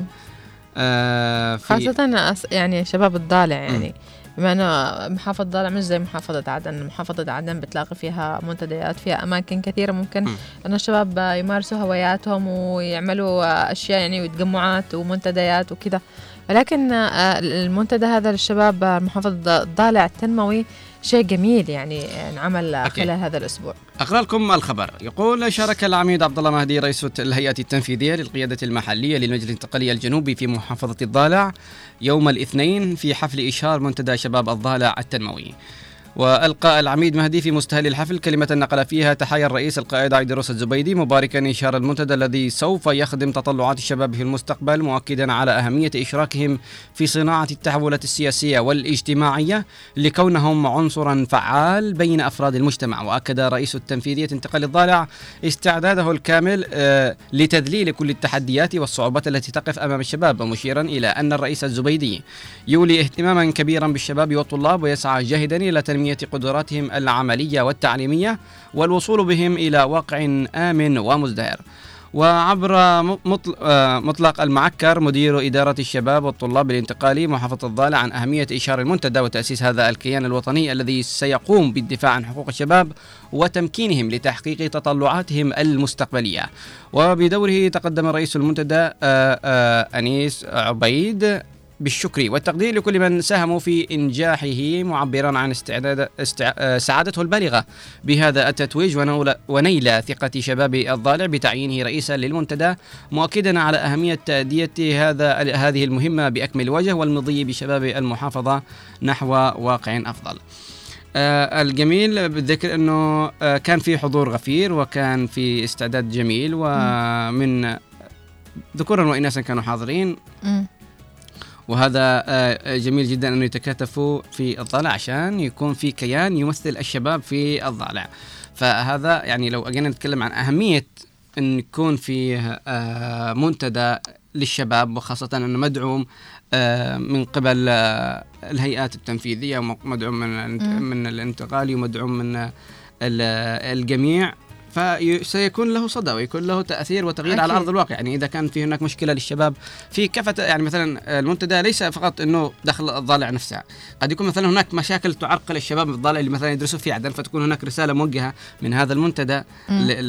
آه خاصة يعني شباب الضالع، يعني بما أنه محافظة الضالع مش زي محافظة عدن. محافظة عدن بتلاقي فيها منتديات، فيها أماكن كثيرة ممكن أن الشباب يمارسوا هواياتهم ويعملوا أشياء يعني وتجمعات ومنتديات وكذا. ولكن المنتدى هذا للشباب محافظة الضالع التنموي شيء جميل يعني انعمل أوكي. خلال هذا الأسبوع. أقرأ لكم الخبر. يقول: شارك العميد عبد الله مهدي رئيس الهيئة التنفيذية للقيادة المحلية للمجلس الانتقالي الجنوبي في محافظة الضالع يوم الاثنين في حفل إشهار منتدى شباب الضالع التنموي. وألقى العميد مهدي في مستهل الحفل كلمة نقل فيها تحايا الرئيس القائد عيدروس الزبيدي مباركا إشهار المنتدى الذي سوف يخدم تطلعات الشباب في المستقبل، مؤكدا على أهمية إشراكهم في صناعة التحولات السياسية والاجتماعية لكونهم عنصرا فعال بين أفراد المجتمع. وأكد رئيس التنفيذية انتقال الضالع استعداده الكامل آه لتذليل كل التحديات والصعوبات التي تقف أمام الشباب، مشيرا إلى أن الرئيس الزبيدي يولي اهتماما كبيرا بالشباب والطلاب ويسعى جاهدا إلى تنمية قدراتهم العملية والتعليمية والوصول بهم إلى واقع آمن ومزدهر. وعبر مطلق المعكر مدير إدارة الشباب والطلاب الانتقالي محافظة الضالع عن أهمية إشهار المنتدى وتأسيس هذا الكيان الوطني الذي سيقوم بالدفاع عن حقوق الشباب وتمكينهم لتحقيق تطلعاتهم المستقبلية. وبدوره تقدم رئيس المنتدى أنيس عبيد بالشكر والتقدير لكل من ساهموا في إنجاحه، معبرا عن استعداد استع... سعادته البالغة بهذا التتويج ونول... ونيل ثقة شباب الضالع بتعيينه رئيسا للمنتدى، مؤكدا على أهمية تأدية هذا هذه المهمة بأكمل وجه والمضي بشباب المحافظة نحو واقع أفضل. آه الجميل بالذكر أنه آه كان في حضور غفير وكان في استعداد جميل، ومن ذكورا وإناثا كانوا حاضرين. م. وهذا جميل جدا أنه يتكاتفوا في الضالع عشان يكون في كيان يمثل الشباب في الضالع. فهذا يعني لو أجينا نتكلم عن أهمية أن يكون في منتدى للشباب، وخاصة أنه مدعوم من قبل الهيئات التنفيذية ومدعوم من من الانتقالي ومدعوم من الجميع، فسيكون له صدى ويكون له تأثير وتغيير أكيد على أرض الواقع. يعني إذا كان في هناك مشكلة للشباب في كافة، يعني مثلا المنتدى ليس فقط إنه داخل الضالع نفسها، قد يكون مثلا هناك مشاكل تعرقل الشباب الضالع اللي مثلا يدرسوا في عدن، فتكون هناك رسالة موجهة من هذا المنتدى ل...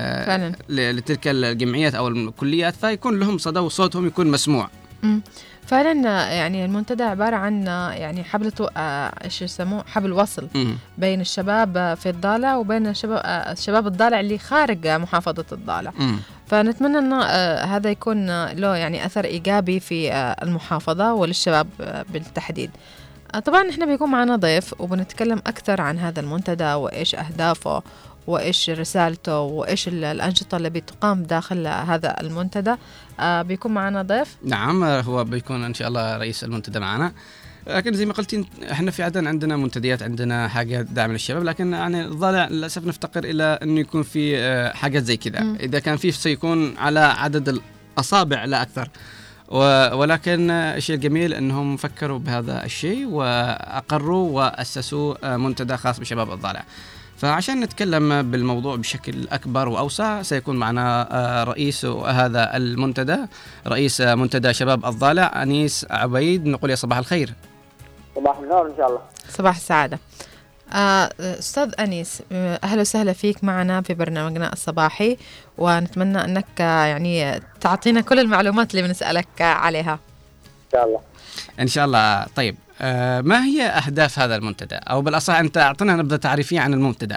ل... لتلك الجمعيات أو الكليات، فيكون لهم صدى وصوتهم يكون مسموع. م. فعلا يعني المنتدى عبارة عن يعني حبل ايش يسموه حبل وصل م- بين الشباب في الضالع وبين الشباب الشباب الضالع اللي خارج محافظة الضالع. م- فنتمنى أن هذا يكون له يعني أثر إيجابي في المحافظة وللشباب بالتحديد. طبعا احنا بيكون معنا ضيف وبنتكلم أكثر عن هذا المنتدى وإيش أهدافه وإيش رسالته وإيش الأنشطة اللي بتقام داخل هذا المنتدى. آه بيكون معنا ضيف. نعم، هو بيكون إن شاء الله رئيس المنتدى معنا. لكن زي ما قلتين احنا في عدن عندنا منتديات، عندنا حاجات دعم للشباب، لكن يعني الضالع للأسف نفتقر إلى إنه يكون في حاجات زي كذا. إذا كان فيه سيكون على عدد الأصابع لا أكثر. ولكن الشيء الجميل أنهم فكروا بهذا الشيء وأقروا وأسسوا منتدى خاص بشباب الضالع. فعشان نتكلم بالموضوع بشكل أكبر وأوسع سيكون معنا رئيس هذا المنتدى، رئيس منتدى شباب الضالع أنيس عبيد. نقول يا صباح الخير. صباح النور إن شاء الله. صباح السعادة. آه، أستاذ أنيس، أهلا وسهلا فيك معنا في برنامجنا الصباحي، ونتمنى أنك يعني تعطينا كل المعلومات اللي بنسألك عليها إن شاء الله. إن شاء الله. طيب، آه، ما هي أهداف هذا المنتدى؟ أو بالأصح أنت أعطنا نبذة تعريفية عن المنتدى.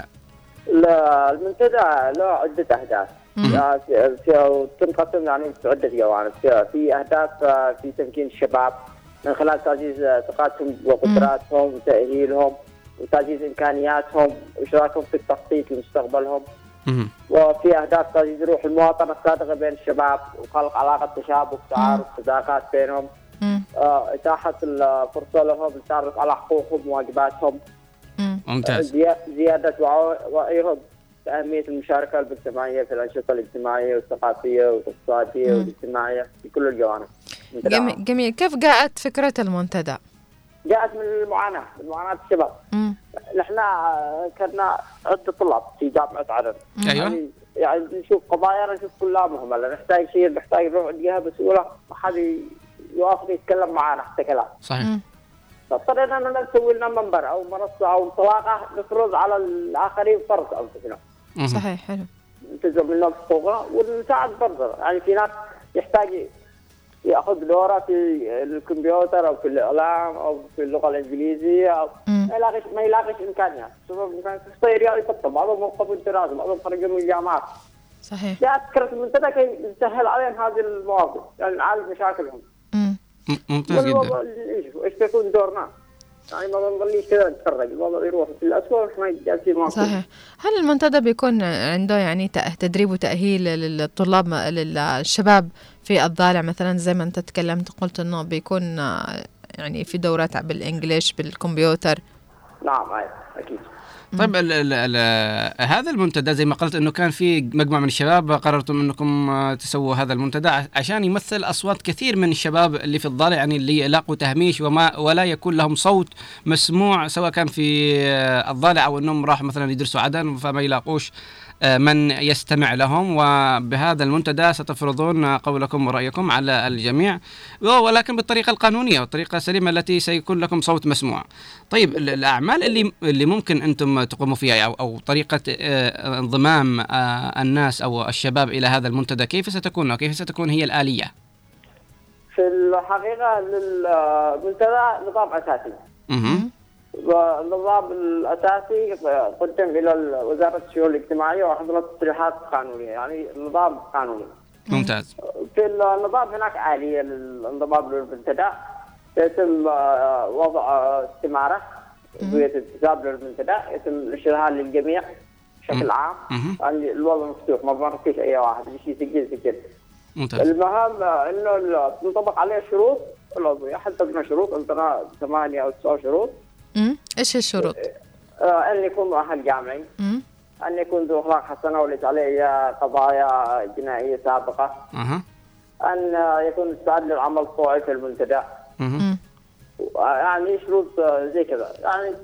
لا، المنتدى له عدة أهداف يعني تنقسم يعني في عدة جوانب. في أهداف في تمكين الشباب من خلال تعزيز ثقتهم وقدراتهم وتأهيلهم وتعزيز إمكانياتهم وإشراكهم في التخطيط لمستقبلهم. وفي أهداف تعزيز روح المواطنة الصادقة بين الشباب وخلق علاقة تشابك تعارف صداقات بينهم. آه، إتاحة الفرصة لهم للتعرف على حقوقهم وواجباتهم. ممتاز. زيادة وعيهم بأهمية المشاركة المجتمعية في الأنشطة الاجتماعية والثقافية والاقتصادية والاجتماعية في كل الجوانب. جميل. جميل. كيف جاءت فكرة المنتدى؟ جاءت من المعاناة، من معاناة الشباب. نحن كنا عدة طلاب في جامعة عدن. أيوة. يعني, يعني نشوف قضايا نشوف كلها مهمة، نحتاج شيء نحتاج نروح جهة مسؤولة ما حد يوافق يتكلم معنا حتى كلام. صحيح. فاضطرينا أننا نسوي لنا منبر أو منصة أو انطلاقة نفرض على الآخرين فرض أنفسنا. صحيح. حلو. نلتزم منهم حقوقنا ونساعد برضه. يعني في ناس يحتاج ياخذ دوره في الكمبيوتر او في الاعلام او في اللغه الانجليزيه أو ما يلاقيش ما يلاقيش امكانيات. سبب يصير يطبق بعضهم موقف الدراسه، بعضهم خرجوا من الجامعات. صحيح. جاءت فكره المنتدى كي يسهل عليهم هذه المواقف، يعني نعالج مشاكلهم. ممتاز جدا. ايش بيكون دورنا؟ يعني ما بنضليش كذا نتفرج، الوضع يروح في الاسواق ما جالسين معكم. صحيح. هل المنتدى بيكون عنده يعني تدريب وتأهيل للطلاب للشباب في الضالع مثلا زي ما انت تكلمت قلت انه بيكون يعني في دورات بالانجليش بالكمبيوتر؟ نعم اكيد. طيب ال ال ال هذا المنتدى زي ما قلت انه كان في مجموعه من الشباب قررتم انكم تسووا هذا المنتدى عشان يمثل اصوات كثير من الشباب اللي في الضالع، يعني اللي يلاقوا تهميش وما ولا يكون لهم صوت مسموع سواء كان في الضالع او انهم راح مثلا يدرسوا عدن فما يلاقوش من يستمع لهم. وبهذا المنتدى ستفرضون قولكم ورأيكم على الجميع، ولكن بالطريقة القانونية والطريقة السليمة التي سيكون لكم صوت مسموع. طيب الأعمال اللي اللي ممكن أنتم تقوموا فيها أو أو طريقة انضمام الناس أو الشباب إلى هذا المنتدى كيف ستكون وكيف ستكون هي الآلية؟ في الحقيقة للمنتدى نظام أساسي. والنظام الأساسي قدم إلى وزارة الشؤون الاجتماعية وحضرت تصريحات قانونية، يعني نظام قانوني. ممتاز. في النظام هناك آلية للانضمام للمنتدى، يتم وضع استمارة ويتم للمنتدى، يتم إرسالها للجميع بشكل عام. يعني الوضع مفتوح، ما بنركيش أي واحد شيء سجل سجل. ممتاز. المهم إنه تنطبق عليه شروط العضوية، حددنا شروط عندنا ثمانية أو تسعة شروط. امم ايش الشروط؟ آه ان يكون مؤهل جامعي، امم ان يكون ذو اخلاق حسنه وليس عليه قضايا جنائيه سابقه، اها ان يكون مستعد للعمل الطوعي في المنتدى. امم يعني شروط زي كذا، يعني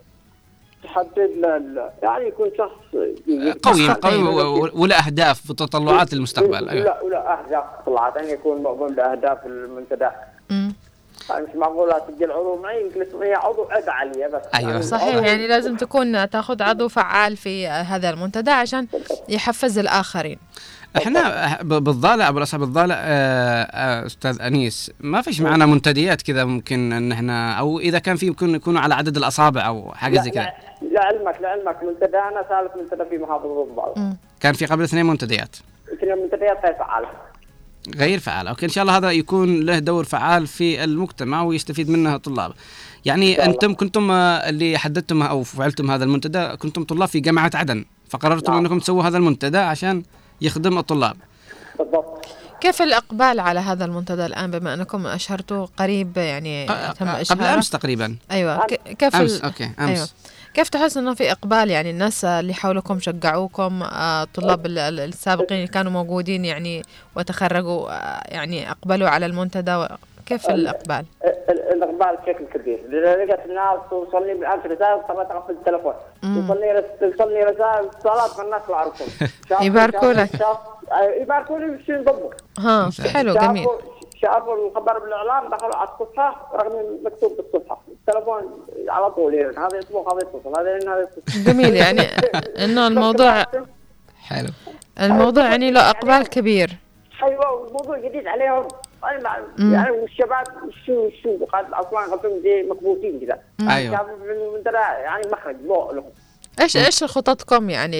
تحدد يعني يكون شخص قوي قوي ولا اهداف وتطلعات للمستقبل. ايوه لا ولا اهداف وتطلعات، ان يكون مؤمن باهداف المنتدى. امم يعني مش معقول اسجل عضو معي يمكن هي عضو عد عاليه بس. ايوه يعني صحيح، يعني لازم تكون تاخذ عضو فعال في هذا المنتدى عشان يحفز الاخرين. احنا بالضالع ابو الاصحاب الضالع استاذ انيس ما فيش معنا منتديات كذا ممكن ان احنا او اذا كان في يمكن يكونوا على عدد الاصابع او حاجه زي كذا؟ لعلمك لعلمك منتدانا ثالث منتدى في محافظه الضالع. كان في قبل اثنين منتديات. اثنين منتديات غير فعاله. غير فعال. اوكي ان شاء الله هذا يكون له دور فعال في المجتمع ويستفيد منه الطلاب. يعني انتم كنتم اللي حددتم او فعلتم هذا المنتدى كنتم طلاب في جامعه عدن فقررتم نعم. انكم تسووا هذا المنتدى عشان يخدم الطلاب. بالضبط. كيف الإقبال على هذا المنتدى الآن بما أنكم أشهرتوا قريب يعني تم إشهاره قبل أمس تقريبا؟ أيوة كيف أمس ال... أوكي أمس أيوة. كيف تحس إنه في إقبال يعني الناس اللي حولكم شجعوكم آه طلاب السابقين اللي كانوا موجودين يعني وتخرجوا آه يعني أقبلوا على المنتدى كيف الإقبال؟ الإقبال بشكل كبير، لقيت الناس توصلني بالأمس رسائل اضطريت أقفل التلفون، توصلني توصلني رسائل اتصالات من الناس ما أعرفهم. يباركوا لك. يباركوا لي وش ينضبط. ها حلو جميل. شافوا الخبر بالإعلام دخلوا على الصفحة رغم مكتوب بالصفحة، التلفون على طول يعني هذا يسمع هذا يتصل هذا هذا يتصل. جميل يعني إنه الموضوع حلو. الموضوع يعني له إقبال كبير. أيوة الموضوع جديد عليهم. يعني والشباب شو شو قد اصلا قدهم زي مكبوتين كذا. ايوه يعني مخرج ضوء لهم. ايش ايش خططكم يعني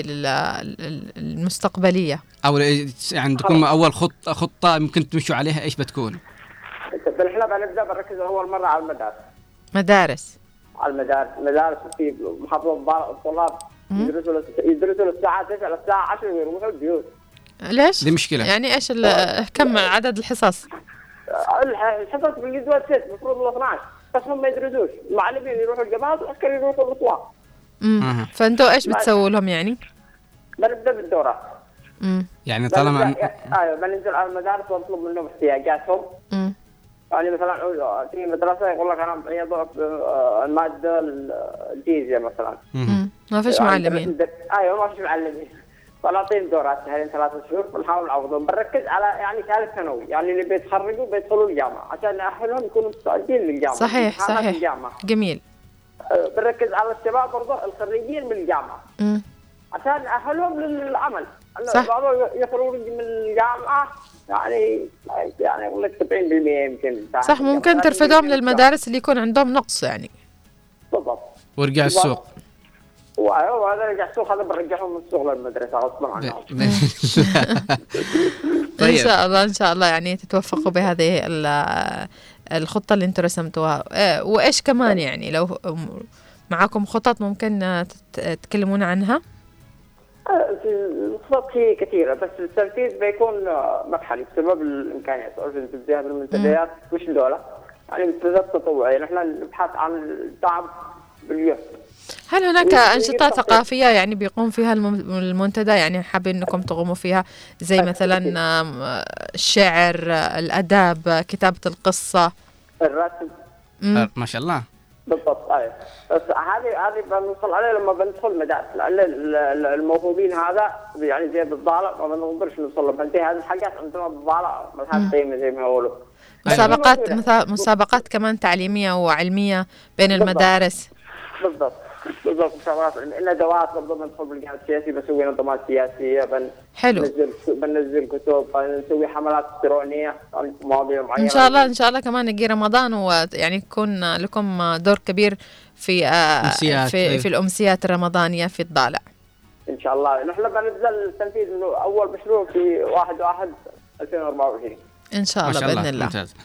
المستقبليه؟ او عندكم اول خطه خطه ممكن تمشوا عليها ايش بتكون؟ بالحلب هنبدا بنركز اول مره على المدارس. مدارس على المدارس، مدارس في محافظه الطلاب يدرسوا يدرسوا الساعه تسعة للساعه عشرة ويروحوا البيوت. ليش؟ دي مشكله. يعني ايش كم عدد الحصص؟ الحصص بالجدول ست المفروض ال اثناشر بس هم ما يدرسوش، المعلمين يروحوا الجامعات والعسكري يروحوا الاطلاق. امم فانتوا ايش بتسووا لهم يعني؟ بنبدا بالدورات. امم يعني طالما ايوه بننزل على المدارس ونطلب منهم احتياجاتهم. امم يعني مثلا في مدرسه يقول لك انا معي الماده الفيزياء مثلا. امم ما فيش معلمين. ايوه ما فيش معلمين. فنعطيهم دورات شهرين ثلاثة شهور ونحاول نعوضهم، بنركز على يعني ثالث ثانوي، يعني اللي بيتخرجوا بيدخلوا الجامعة عشان نأهلهم يكونوا مستعدين للجامعة. صحيح صحيح الجامعة. جميل. بنركز على الشباب برضه الخريجين من الجامعة. امم عشان نأهلهم للعمل. صح. بعضهم يخرجوا من الجامعة يعني يعني يقول لك سبعين بالمئة يمكن. صح ممكن ترفدهم للمدارس اللي يكون عندهم نقص يعني. بالضبط. ورجع السوق. وهذا رجع السوق هذا برجعهم من السوق للمدرسة غصبا عنهم. طيب. إن شاء الله إن شاء الله يعني تتوفقوا بهذه الخطة اللي أنتم رسمتوها. وإيش كمان يعني لو معاكم خطط ممكن تتكلمون عنها؟ الخطط هي كثيرة بس التنفيذ بيكون مرحلي بسبب الإمكانيات. أرجو تنفيذ هذه المنتديات وش دولة يعني منتديات تطوعية نحن نبحث عن الدعم باليوم. هل هناك أنشطة ثقافية يعني بيقوم فيها المنتدى يعني حابين أنكم تقوموا فيها زي مثلا الشعر، الأداب، كتابة القصة، الرسم؟ ما شاء الله. بالضبط. أيه بس هذه هذه بنوصل عليه لما بندخل المدارس لأن الموهوبين هذا يعني زي بالضالع ما بنقدرش نوصل له. بنتهي هذه الحاجات عندنا بالضالع ما لها قيمة زي ما يقولوا. مسابقات مسابقات كمان تعليمية وعلمية بين المدارس. بالضبط بالضبط مسابقات ندوات برضه بندخل بالجهاز السياسي بسوي نظامات سياسيه بن حلو بننزل بننزل كتب بنسوي حملات الكترونيه عن مواضيع معينه. ان شاء الله ان شاء الله كمان نجي رمضان ويعني يكون لكم دور كبير في آه في في الامسيات الرمضانيه في الضالع. ان شاء الله نحن بنبذل تنفيذ اول مشروع في واحد واحد ألفين وأربعة وعشرين إن شاء الله بإذن الله. ممتاز.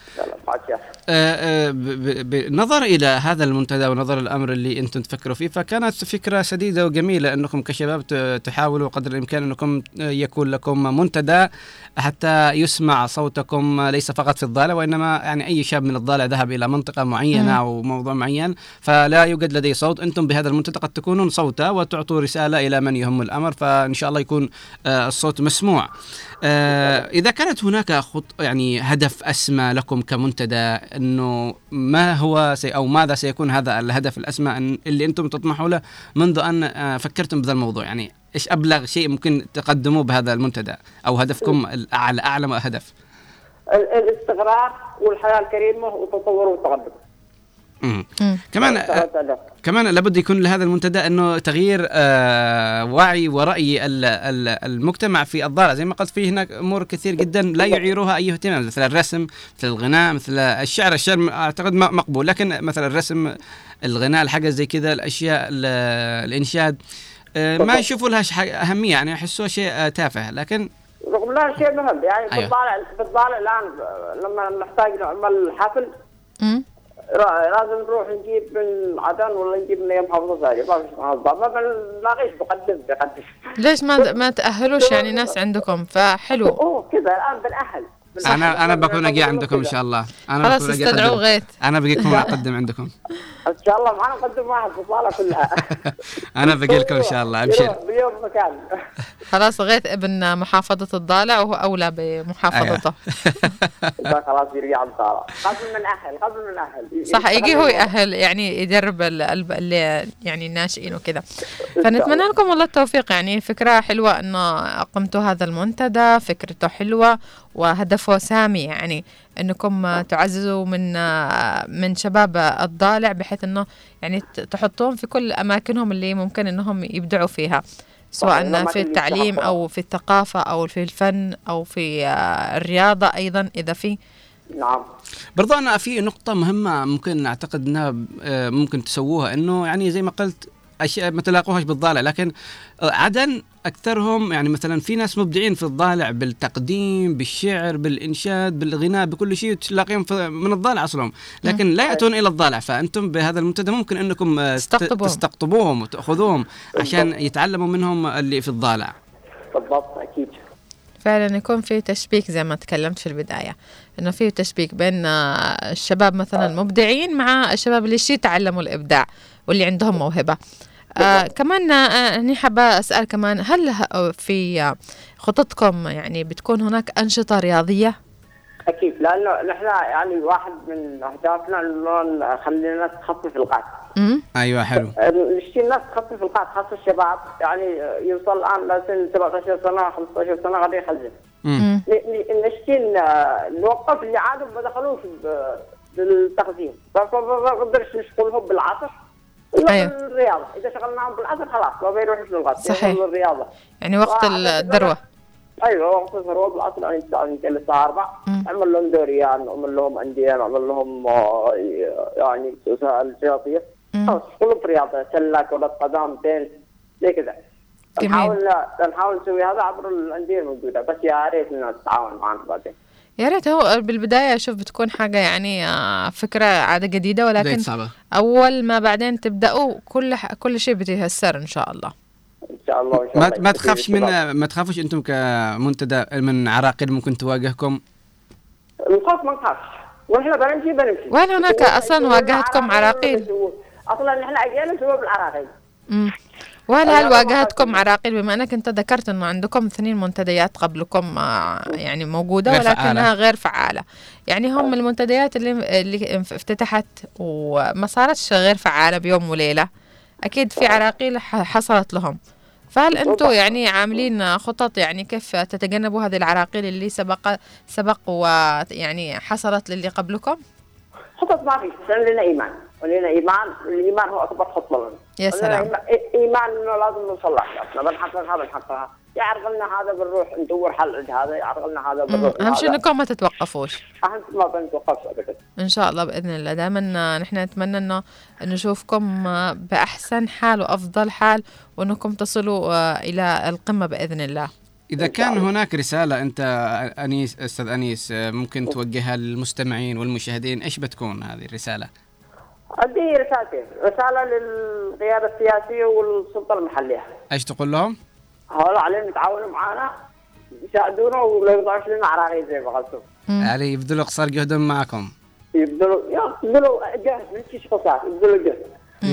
بنظر إلى هذا المنتدى ونظر الأمر اللي أنتم تفكروا فيه فكانت فكرة سديدة وجميلة أنكم كشباب تحاولوا قدر الإمكان أنكم يكون لكم منتدى حتى يسمع صوتكم ليس فقط في الضالع وإنما يعني أي شاب من الضالع ذهب إلى منطقة معينة أو موضوع معين فلا يوجد لديه صوت. أنتم بهذا المنتدى قد تكونون صوتا وتعطوا رسالة إلى من يهم الأمر فإن شاء الله يكون الصوت مسموع. إذا كانت هناك خط يعني هدف أسمى لكم كمنتدى أنه ما هو سي أو ماذا سيكون هذا الهدف الأسمى اللي أنتم تطمحوا له منذ أن فكرتم بهذا الموضوع يعني إيش أبلغ شيء ممكن تقدموه بهذا المنتدى أو هدفكم الأعلى أعلى هدف؟ الاستقرار والحياة الكريمة والتطور والتقدم. مم. كمان كمان لابد يكون لهذا المنتدى انه تغيير آه وعي ورأي المجتمع في الضالع زي ما قلت فيه هناك امور كثير جدا لا يعيروها اي اهتمام مثل الرسم مثل الغناء مثل الشعر. الشعر اعتقد مقبول لكن مثلا الرسم الغناء الحاجة زي كذا الاشياء الانشاد آه ما يشوفوا لها اهمية يعني يحسوها شيء تافه لكن رغم انها شيء مهم يعني. أيوة. بالضالع بالضالع الان لما نحتاج نعمل حفل امم لازم نروح نجيب من عدن ولا نجيب من محافظة ثانية ما فيش محافظة ما بنلاقيش بقدم بقدم. ليش ما ما تأهلوش يعني ناس عندكم فحلو. أوه كذا الآن بنأهل انا انا بكون اجي عندكم ان شاء الله. انا خلاص بكون أجي استدعوا أقدم. غيث. انا بجيكم اقدم عندكم. ان شاء الله معنا نقدم واحد في الصاله كلها. انا بجي لكم ان شاء الله. ابشر. بيوم مكان. خلاص غيث ابن محافظة الضالع وهو أولى بمحافظته. خلاص يرجع الصاله قبل من اهل قبل من اهل. صح يجي هو يأهل يعني يدرب اللي يعني الناشئين وكذا. فنتمنى لكم والله التوفيق. يعني فكرة حلوة إنه أقمتوا هذا المنتدى، فكرته حلوة وهدفه سامي، يعني انكم تعززوا من من شباب الضالع بحيث انه يعني تحطوهم في كل اماكنهم اللي ممكن انهم يبدعوا فيها، سواء في التعليم او في الثقافة او في الفن او في الرياضة ايضا اذا في. نعم. برضو انا في نقطة مهمة ممكن اعتقد انها ممكن تسووها، انه يعني زي ما قلت اشياء ما تلاقوهاش بالضالع، لكن عدن اكثرهم يعني مثلا في ناس مبدعين في الضالع بالتقديم، بالشعر، بالانشاد، بالغناء، بكل شيء تلاقيهم من الضالع اصلهم، لكن لا ياتون الى الضالع. فانتم بهذا المنتدى ممكن انكم تستقطبوهم وتاخذوهم عشان يتعلموا منهم اللي في الضالع. بالضبط اكيد. فعلا يكون في تشبيك زي ما تكلمت في البداية، انه في تشبيك بين الشباب مثلا المبدعين مع الشباب اللي شي تعلموا الابداع واللي عندهم موهبة. آه كمان أنا آه حابة أسأل كمان، هل في خططكم يعني بتكون هناك أنشطة رياضية؟ أكيد، لأنه نحن يعني واحد من أهدافنا إنه نخلي الناس تخفف القعد. أيوة حلو. نشتي الناس تخفف القعد خاصة الشباب، يعني يوصل الآن لسن سبعة عشر سنة خمسة عشر سنة غادي يخزن. نشتي نوقف اللي عادوا ما دخلوش بالتخزين، فما نقدرش نشغلهم بالعصر. أيوة. الرياضة إذا شغلناهم بالعصر خلاص ما بيروحش للغد. صحيح. الرياضة. يعني وقت الذروة. أيوة وقت الذروة بالعصر يعني الساعة يمكن الساعة أربعة. نعمل لهم دوريان، نعمل لهم أندية، نعمل لهم يعني وسائل رياضية. خلاص كلهم في رياضة، سلة، كرة قدم، تنس، زي كذا. نحاول نحاول نسوي هذا عبر الأندية الموجودة، بس يا ريت إنها تتعاون معنا بعدين. يا ريت. هو بالبداية أشوف بتكون حاجة يعني فكرة عادة جديدة، ولكن أول ما بعدين تبدأوا كل ح... كل شيء بيتيسر إن شاء الله. إن شاء الله. إن شاء ما الله. ما تخافش من ما تخافوش أنتم كمنتدى من عراقيل ممكن تواجهكم؟ نخاف ما نخافش، ونحن بنمشي بنمشي. وين هناك أصلا واجهتكم عراقيل؟ أصلا نحن أجينا نسوي بالعراقيل. امم وهل هل واجهتكم عراقيل، بما أنك أنت ذكرت أنه عندكم اثنين منتديات قبلكم يعني موجودة غير ولكنها فعالة. غير فعالة، يعني هم المنتديات اللي اللي افتتحت وما صارتش غير فعالة بيوم وليلة، أكيد في عراقيل حصلت لهم. فهل أنتم يعني عاملين خطط يعني كيف تتجنبوا هذه العراقيل اللي سبق سبق ويعني حصلت للي قبلكم؟ خطط ما فيش، بس عندنا إيمان، ولينا إيمان، الإيمان هو أكبر خطة لنا. يا سلام. إيمان إنه لازم نوصل لأهدافنا، بنحققها بنحققها، يعرف لنا هذا بنروح ندور حل عند هذا، يعرف لنا هذا بنروح. أهم شيء إنكم ما تتوقفوش. أهم ما بنتوقفش أبدا. إن شاء الله بإذن الله. دائما نحن نتمنى إنه نشوفكم بأحسن حال وأفضل حال، وإنكم تصلوا إلى القمة بإذن الله. إذا كان هناك رسالة أنت أنيس أستاذ أنيس ممكن توجهها للمستمعين والمشاهدين، إيش بتكون هذه الرسالة؟ هذه رسالتين، رسالة للقيادة السياسية والسلطة المحلية. إيش تقول لهم؟ هؤلاء عليهم يتعاونوا معنا، يساعدونا ولا يضعوش لنا عراقيل زي ما قلتوا. يعني يبذلوا قصار جهدهم معكم. يبذلوا يبذلوا جهد، مش قصار، يبذلوا جهد.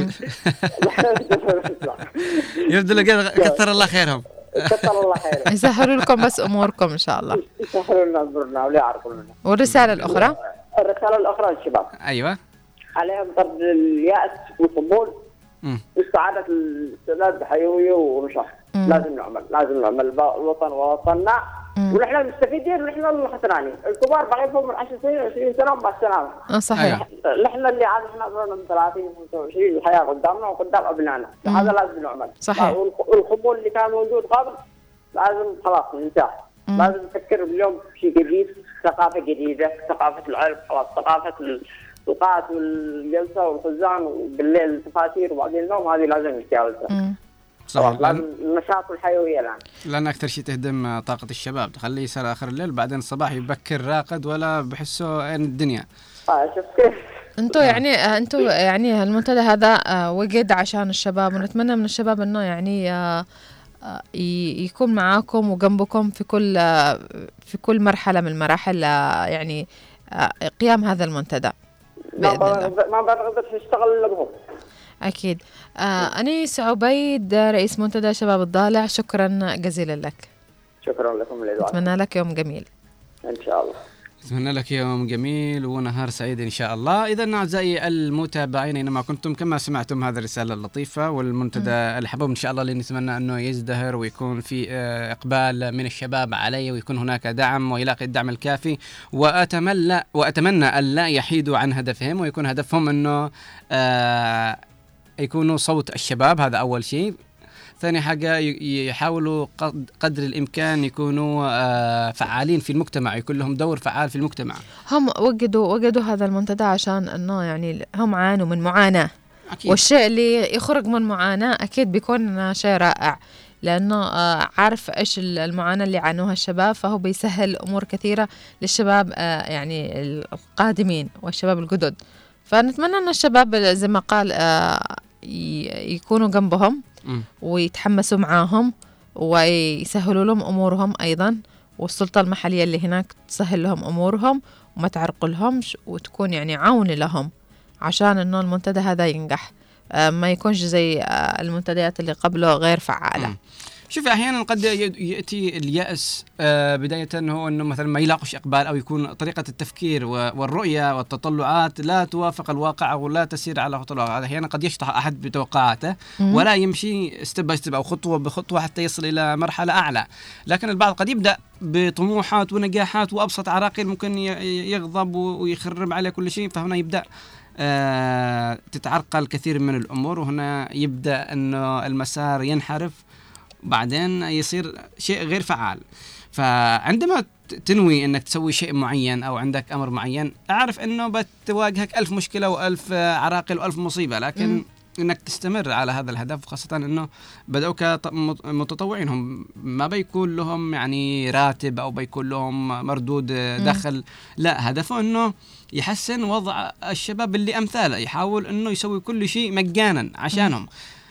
يبذلوا جهد، كثر الله خيرهم. كثر الله خيرهم. يسهلوا لكم بس أموركم إن شاء الله. يسهلوا لنا أمورنا ولا يعرفوا لنا. والرسالة الأخرى؟ الرسالة الأخرى للشباب. أيوة. عليهم طرد اليأس والخمول واستعادة الاستعداد بحيوية ونشاط. لازم نعمل، لازم نعمل الوطن ووطننا، ونحن المستفيدين ونحن الخسرانين. الكبار بقي فوق من عشر سنين عشرين سنة مع السلامة. صحيح. نحن اللي عاد احنا عمرنا من ثلاثين وخمسة وعشرين، الحياة قدامنا وقدام أبنائنا، هذا لازم نعمل. صحيح. والخمول اللي كان موجود قبل لازم خلاص ننتهي. لازم نفكر اليوم في شيء جديد، ثقافة جديدة، ثقافة العلم، خلاص ثقافة القاعات والجلسة والخزان وبالليل التفاسير وبعدين النوم، هذه لازم نتجاوزها. صح. لازم النشاط والحيوية الآن. لأن أكثر شيء تهدم طاقة الشباب، تخليه يسهر آخر الليل بعدين الصباح يبكر راقد ولا بحسه عين الدنيا. آه شوف كيف. انتوا يعني انتوا يعني المنتدى هذا وجد عشان الشباب، ونتمنى من الشباب انه يعني آه، ي- يكون معاكم وجنبكم في كل آه، في كل مرحلة من مراحل آه، يعني آه، قيام هذا المنتدى ما بإذن الله. بقدر- ما بقدرش اشتغل الا بهم. أكيد. آه، أنيس عبيد رئيس منتدى شباب الضالع، شكرا جزيلا لك. شكرا لكم للوعد. أتمنى لك يوم جميل. ان شاء الله. أتمنى لك يوم جميل ونهار سعيد إن شاء الله. إذا أعزائي المتابعين أينما كنتم، كما سمعتم هذه الرسالة اللطيفة والمنتدى الحبوب إن شاء الله اللي نتمنى أنه يزدهر ويكون في آه، إقبال من الشباب عليه ويكون هناك دعم ويلاقي الدعم الكافي. وأتمنى وأتمنى أن لا يحيدوا عن هدفهم ويكون هدفهم أنه آه، يكونوا صوت الشباب، هذا أول شيء. ثاني حاجة ي- يحاولوا قد- قدر الإمكان يكونوا آه، فعالين في المجتمع، يكون لهم دور فعال في المجتمع. هم وجدوا وجدوا هذا المنتدى عشان انه يعني هم عانوا من معاناة، أكيد. والشيء اللي يخرج من معاناة اكيد بيكون شيء رائع، لانه آه، عارف ايش المعاناة اللي عانوها الشباب، فهو بيسهل امور كثيرة للشباب آه، يعني القادمين والشباب الجدد. فنتمنى ان الشباب زي ما قال آه، ي- يكونوا جنبهم م. ويتحمسوا معاهم ويسهلوا لهم أمورهم أيضا، والسلطة المحلية اللي هناك تسهل لهم أمورهم وما تعرقوا لهمش، وتكون يعني عون لهم عشان إنه المنتدى هذا ينجح، آه، ما يكونش زي آه، المنتديات اللي قبله غير فعالة. م. شوف احيانا قد ي- ياتي الياس آه، بدايه هو انه مثلا ما يلاقوش اقبال، او يكون طريقه التفكير و- والرؤيه والتطلعات لا توافق الواقع او لا تسير على خطى الواقع. احيانا قد يشطح احد بتوقعاته مم. ولا يمشي ستيب باي ستيب او خطوه بخطوه حتى يصل الى مرحله اعلى. لكن البعض قد يبدا بطموحات ونجاحات وابسط عراقيل ممكن ي- يغضب ويخرب عليه كل شيء، فهنا يبدا آه، تتعرقل كثير من الامور، وهنا يبدا انه المسار ينحرف بعدين يصير شيء غير فعال. فعندما ت- تنوي انك تسوي شيء معين او عندك امر معين، اعرف انه بتواجهك الف مشكله والف آه، عراقل والف مصيبه، لكن مم. انك تستمر على هذا الهدف، خاصه انه بدأوا كمتطوعين، هم ما بيكون لهم يعني راتب او بيكون لهم مردود آه، مم. دخل، لا، هدفه انه يحسن وضع الشباب اللي امثاله، يحاول انه يسوي كل شيء مجانا عشانهم.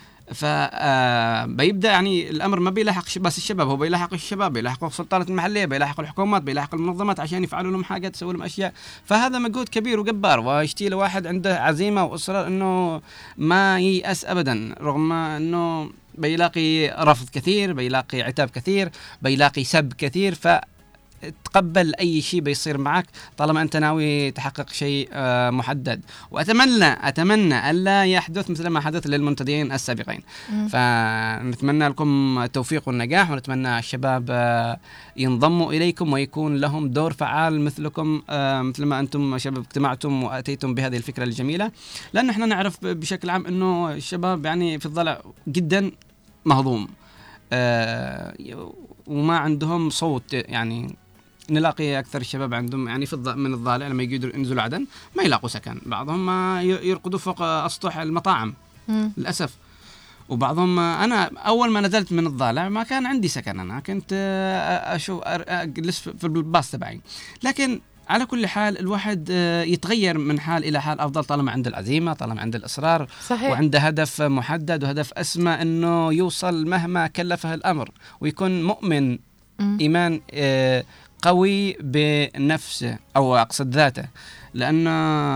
فبيبدا يعني الامر ما بيلاحق بس الشباب، هو بيلاحق الشباب، بيلاحق السلطات المحليه، بيلاحق الحكومات، بيلاحق المنظمات عشان يفعلوا لهم حاجه، تسوي لهم اشياء. فهذا مجهود كبير وجبار، ويشتي له واحد عنده عزيمه واصرار انه ما ييأس ابدا، رغم انه بيلاقي رفض كثير، بيلاقي عتاب كثير، بيلاقي سب كثير. ف تقبل أي شيء بيصير معك طالما أنت ناوي تحقق شيء آه، محدد. وأتمنى أتمنى ألا يحدث مثل ما حدث للمنتدين السابقين. مم. فنتمنى لكم التوفيق والنجاح، ونتمنى الشباب آه، ينضموا إليكم ويكون لهم دور فعال مثلكم، آه، مثل ما أنتم شباب اجتمعتم وأتيتم بهذه الفكرة الجميلة. لأن احنا نعرف بشكل عام أنه الشباب يعني في الضلع جدا مهضوم، آه، وما عندهم صوت. يعني نلاقي أكثر الشباب عندهم يعني في الض... من الضالع لما يجوا ينزلوا عدن ما يلاقوا سكن، بعضهم ما ي- يرقدوا فوق أسطح المطاعم مم. للأسف. وبعضهم أنا أول ما نزلت من الضالع ما كان عندي سكن، أنا كنت آه، أشوف أر- أجلس في الباص تبعي. لكن على كل حال الواحد آه، يتغير من حال إلى حال أفضل طالما عنده العزيمة، طالما عنده الإصرار، صحيح. وعنده هدف محدد وهدف أسمى أنه يوصل مهما كلفه الأمر، ويكون مؤمن مم. إيمان آه، قوي بنفسه أو أقصد ذاته. لأن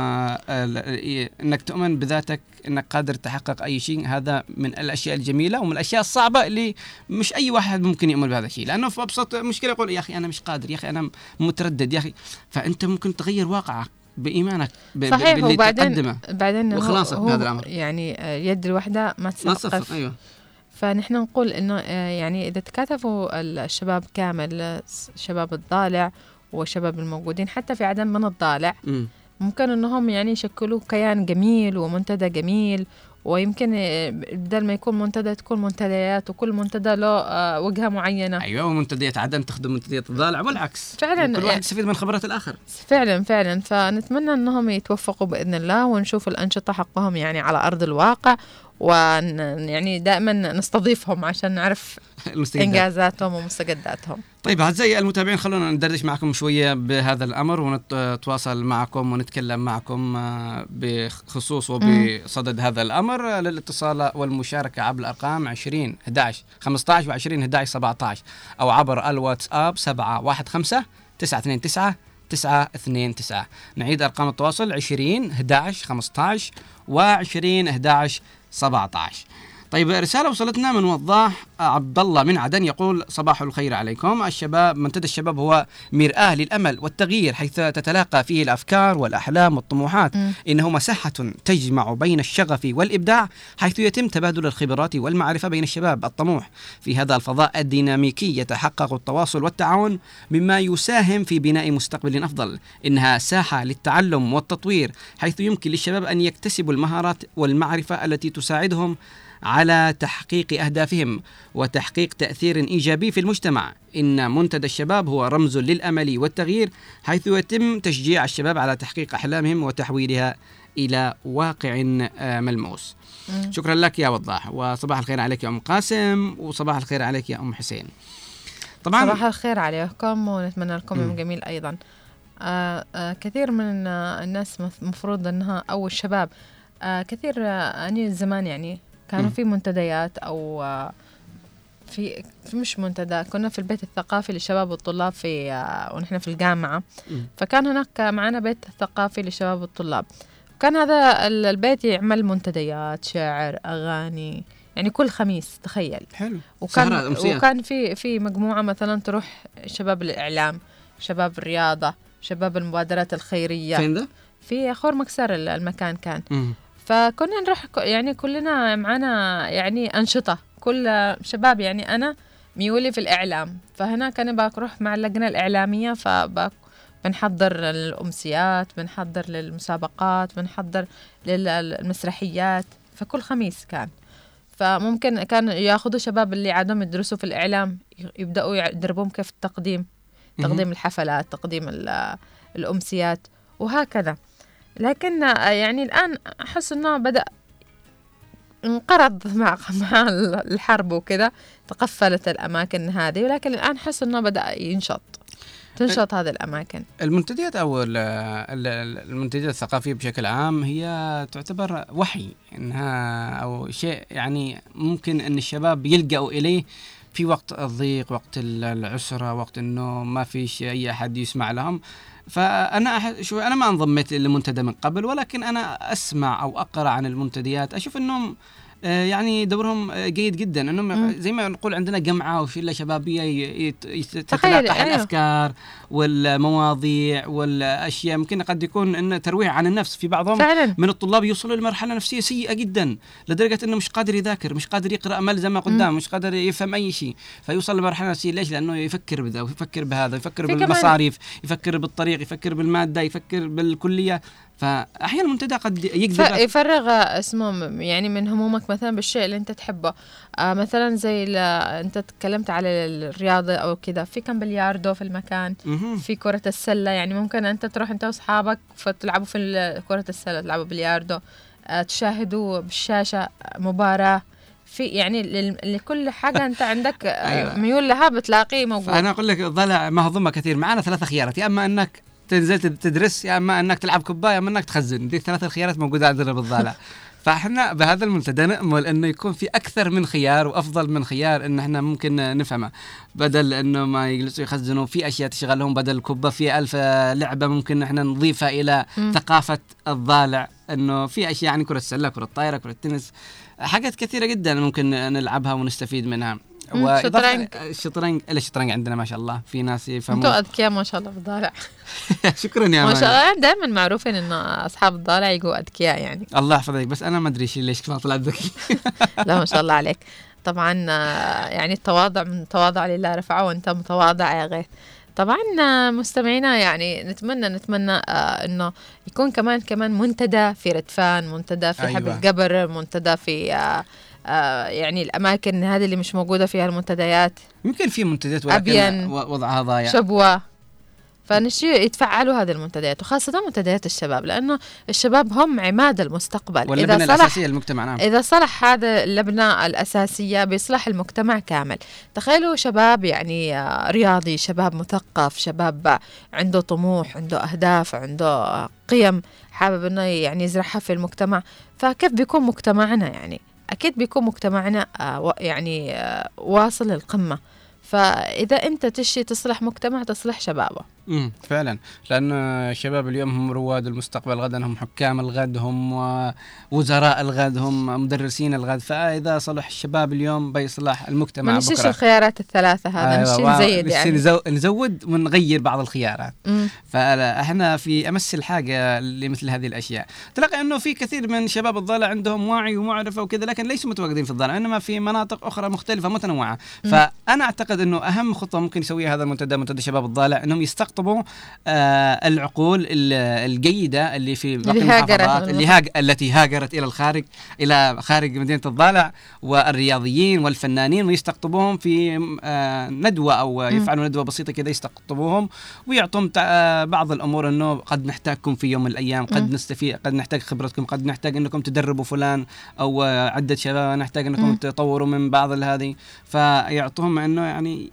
أنك تؤمن بذاتك أنك قادر تحقق أي شيء، هذا من الأشياء الجميلة ومن الأشياء الصعبة اللي مش أي واحد ممكن يؤمن بهذا الشيء. لأنه في أبسط مشكلة يقول يا أخي أنا مش قادر، يا أخي أنا متردد، يا أخي. فأنت ممكن تغير واقعك بإيمانك ب- ب- صحيح. باللي وبعدين تقدمه بعدين هو- وخلاصك هو بهذا الأمر. يعني آه، يد الوحدة ما ما تسقف. تصفر. أيوه. فنحن نقول إنه آه، يعني إذا تكاتفوا الشباب كامل، آه، شباب الضالع والشباب الموجودين حتى في عدن من الضالع، مم. ممكن إنهم يعني يشكلوا كيان جميل ومنتدى جميل. ويمكن آه، بدل ما يكون منتدى تكون منتديات، وكل منتدى له آه، وجهة معينة. أيوه، ومنتديات عدن تخدم منتديات الضالع والعكس، فعلاً. كل واحد يعني يستفيد من خبرات الآخر. فعلا فعلا. فنتمنى انهم يتوفقوا باذن الله، ونشوف الانشطه حقهم يعني على ارض الواقع، ويعني دائما نستضيفهم عشان نعرف المستجدات. انجازاتهم ومستجداتهم. طيب أعزائي المتابعين، خلونا ندردش معكم شوية بهذا الأمر ونتواصل معكم ونتكلم معكم بخصوص وبصدد هذا الأمر. للاتصال والمشاركة عبر الأرقام عشرين أحد عشر خمسة عشر وعشرين أحد عشر سبعة عشر أو عبر الواتساب سبعة واحد خمسة تسعة اثنين تسعة تسعة اثنين تسعة. نعيد أرقام التواصل عشرين أحد عشر خمسة عشر وعشرين أحد عشر سبعة عشر. طيب رسالة وصلتنا من وضاح عبد الله من عدن، يقول صباح الخير عليكم. الشباب منتدى الشباب هو مرآة للأمل والتغيير، حيث تتلاقى فيه الأفكار والأحلام والطموحات. م. إنه مساحة تجمع بين الشغف والإبداع، حيث يتم تبادل الخبرات والمعرفة بين الشباب الطموح. في هذا الفضاء الديناميكي يتحقق التواصل والتعاون، مما يساهم في بناء مستقبل أفضل. إنها ساحة للتعلم والتطوير، حيث يمكن للشباب أن يكتسبوا المهارات والمعرفة التي تساعدهم على تحقيق أهدافهم وتحقيق تأثير إيجابي في المجتمع. إن منتدى الشباب هو رمز للأمل والتغيير، حيث يتم تشجيع الشباب على تحقيق أحلامهم وتحويلها إلى واقع ملموس. م. شكرا لك يا وضاح، وصباح الخير عليك يا أم قاسم، وصباح الخير عليك يا أم حسين. طبعا صباح الخير عليكم، ونتمنى لكم يوم جميل أيضا. آه آه كثير من الناس مفروض أنها أو الشباب آه كثير آه أني زمان يعني كانوا في منتديات أو في, في مش منتدى، كنا في البيت الثقافي للشباب والطلاب في ونحن في الجامعة. م. فكان هناك معنا بيت ثقافي للشباب والطلاب، وكان هذا البيت يعمل منتديات شعر أغاني يعني كل خميس، تخيل. حلو. وكان وكان في في مجموعة مثلا تروح شباب الإعلام، شباب الرياضة، شباب المبادرات الخيرية. فين ده؟ في خور مكسر المكان كان. م. فكنا نروح يعني كلنا معنا يعني أنشطة، كل شباب يعني أنا ميولي في الإعلام، فهنا كان بروح مع اللجنة الإعلامية، فبنحضر الأمسيات، بنحضر للمسابقات، بنحضر للمسرحيات، فكل خميس كان. فممكن كان ياخذوا شباب اللي عادهم يدرسوا في الإعلام يبدأوا يدربوهم كيف التقديم، تقديم الحفلات، تقديم الأمسيات وهكذا. لكن يعني الآن أحس أنه بدأ انقرض مع مع الحرب وكذا، تقفلت الأماكن هذه، ولكن الآن أحس أنه بدأ ينشط تنشط هذه الأماكن. المنتديات أو المنتديات الثقافية بشكل عام هي تعتبر وحي، إنها أو شيء يعني ممكن أن الشباب يلجأوا إليه في وقت الضيق، وقت العسرة، وقت إنه ما فيش أي أحد يسمع لهم. فأنا أح... شو أنا ما انضميت للمنتدى من قبل، ولكن أنا أسمع أو أقرأ عن المنتديات، أشوف إنهم آه يعني دورهم آه جيد جدا، إنهم زي ما نقول عندنا جمعة أو شلة شبابية يتلاقى الأفكار والمواضيع والأشياء. ممكن قد يكون إن ترويع عن النفس. في بعضهم فعلا من الطلاب يوصلوا لمرحلة نفسية سيئة جدا، لدرجة إنه مش قادر يذاكر، مش قادر يقرأ ملزمة قدام، مش قادر يفهم أي شيء، فيوصل لمرحلة نفسية. ليش؟ لأنه يفكر بذا ويفكر بهذا، يفكر بالمصاريف، يفكر بالطريق، يفكر بالمادة، يفكر بالكلية. فأحيانا المنتدى قد يقدر يفرغ اسمه يعني من همومك مثلا بالشيء اللي أنت تحبه. آه مثلا زي أنت تكلمت على الرياضة أو كذا، في كم بلياردو في المكان، م-م. في كرة السلة، يعني ممكن أنت تروح أنت وأصحابك فتلعبوا في كرة السلة، تلعبوا بلياردو، آه تشاهدوا بالشاشة مباراة، في يعني لكل حاجة أنت عندك أيوة. ميول لها بتلاقيه موجود. أنا أقول لك ضلع مهضومة كثير. معنا ثلاثة خيارات، يا أما أنك تنزل تدرس، يا اما انك تلعب كوبايه، يا اما انك تخزن. دي الثلاث الخيارات موجوده عندنا بالضالع. فاحنا بهذا المنتدى نامل انه يكون في اكثر من خيار وافضل من خيار ان احنا ممكن نفهمه، بدل انه ما يجلسوا يخزنوا في اشياء تشغلهم، بدل الكوبا في ألف لعبه ممكن احنا نضيفها الى م. ثقافه الضالع، انه في اشياء يعني كره السله، كره الطايره، كره التنس، حاجات كثيره جدا ممكن نلعبها ونستفيد منها. الشطرنج الشطرنج الشطرنج عندنا ما شاء الله في ناس يفهمون. انتوا اذكياء ما شاء الله بالضالع. شكرا يا ما شاء الله، دائما معروفين ان اصحاب الضالع يجوا اذكياء يعني. الله يحفظك، بس انا ما ادري ليش ما طلعت ذكي. لا ما شاء الله عليك. طبعا يعني التواضع من تواضع لله رفعه، وانت متواضع يا غيث. طبعا مستمعينا يعني نتمنى نتمنى آه انه يكون كمان كمان منتدى في ردفان، منتدى في أيوة. حب الجبر، منتدى في آه آه يعني الأماكن هذه اللي مش موجودة فيها المنتديات. يمكن في منتديات ولكن وضعها ضايع، شبوة. فنشي يتفعلوا هذه المنتديات، وخاصة منتديات الشباب، لأنه الشباب هم عماد المستقبل. واللبنة إذا صلح الأساسية للمجتمع. نعم. إذا صلح هذا اللبنة الأساسية بيصلح المجتمع كامل. تخيلوا شباب يعني رياضي، شباب مثقف، شباب عنده طموح، عنده أهداف، عنده قيم حابب إنه يعني يزرعها في المجتمع، فكيف بيكون مجتمعنا؟ يعني أكيد بيكون مجتمعنا يعني واصل للقمة. فإذا أنت تشي تصلح مجتمع تصلح شبابه. امم فعلا، لأن الشباب اليوم هم رواد المستقبل، غدا هم حكام الغد، هم وزراء الغد، هم مدرسين الغد. فإذا صلح الشباب اليوم بيصلح المجتمع بكرة. نشيش الخيارات الثلاثة هذا. أيوة نشي نزيد يعني نزو نزود ونغير بعض الخيارات. مم. فإحنا في أمس الحاجة لمثل هذه الأشياء. تلاقي أنه في كثير من شباب الضالع عندهم وعي ومعرفة وكذا، لكن ليسوا متواجدين في الضالع، إنما في مناطق أخرى مختلفة متنوعة. مم. فأنا أعتقد أنه أهم خطوة ممكن يسويها هذا المنتدى، منتدى شباب الضالع، إنهم يستقطبوا آه العقول الجيدة اللي في باقي المحافظات، اللي هاج التي هاجرت إلى الخارج، إلى خارج مدينة الضالع، والرياضيين والفنانين، ويستقطبوهم في آه ندوة أو يفعلوا ندوة بسيطة كذا، يستقطبوهم ويعطون آه بعض الأمور، إنه قد نحتاجكم في يوم من الأيام، قد نستفيد، قد نحتاج خبرتكم، قد نحتاج إنكم تدربوا فلان أو آه عدة شباب، نحتاج إنكم تطوروا من بعض هذه. فيعطوهم إنه يعني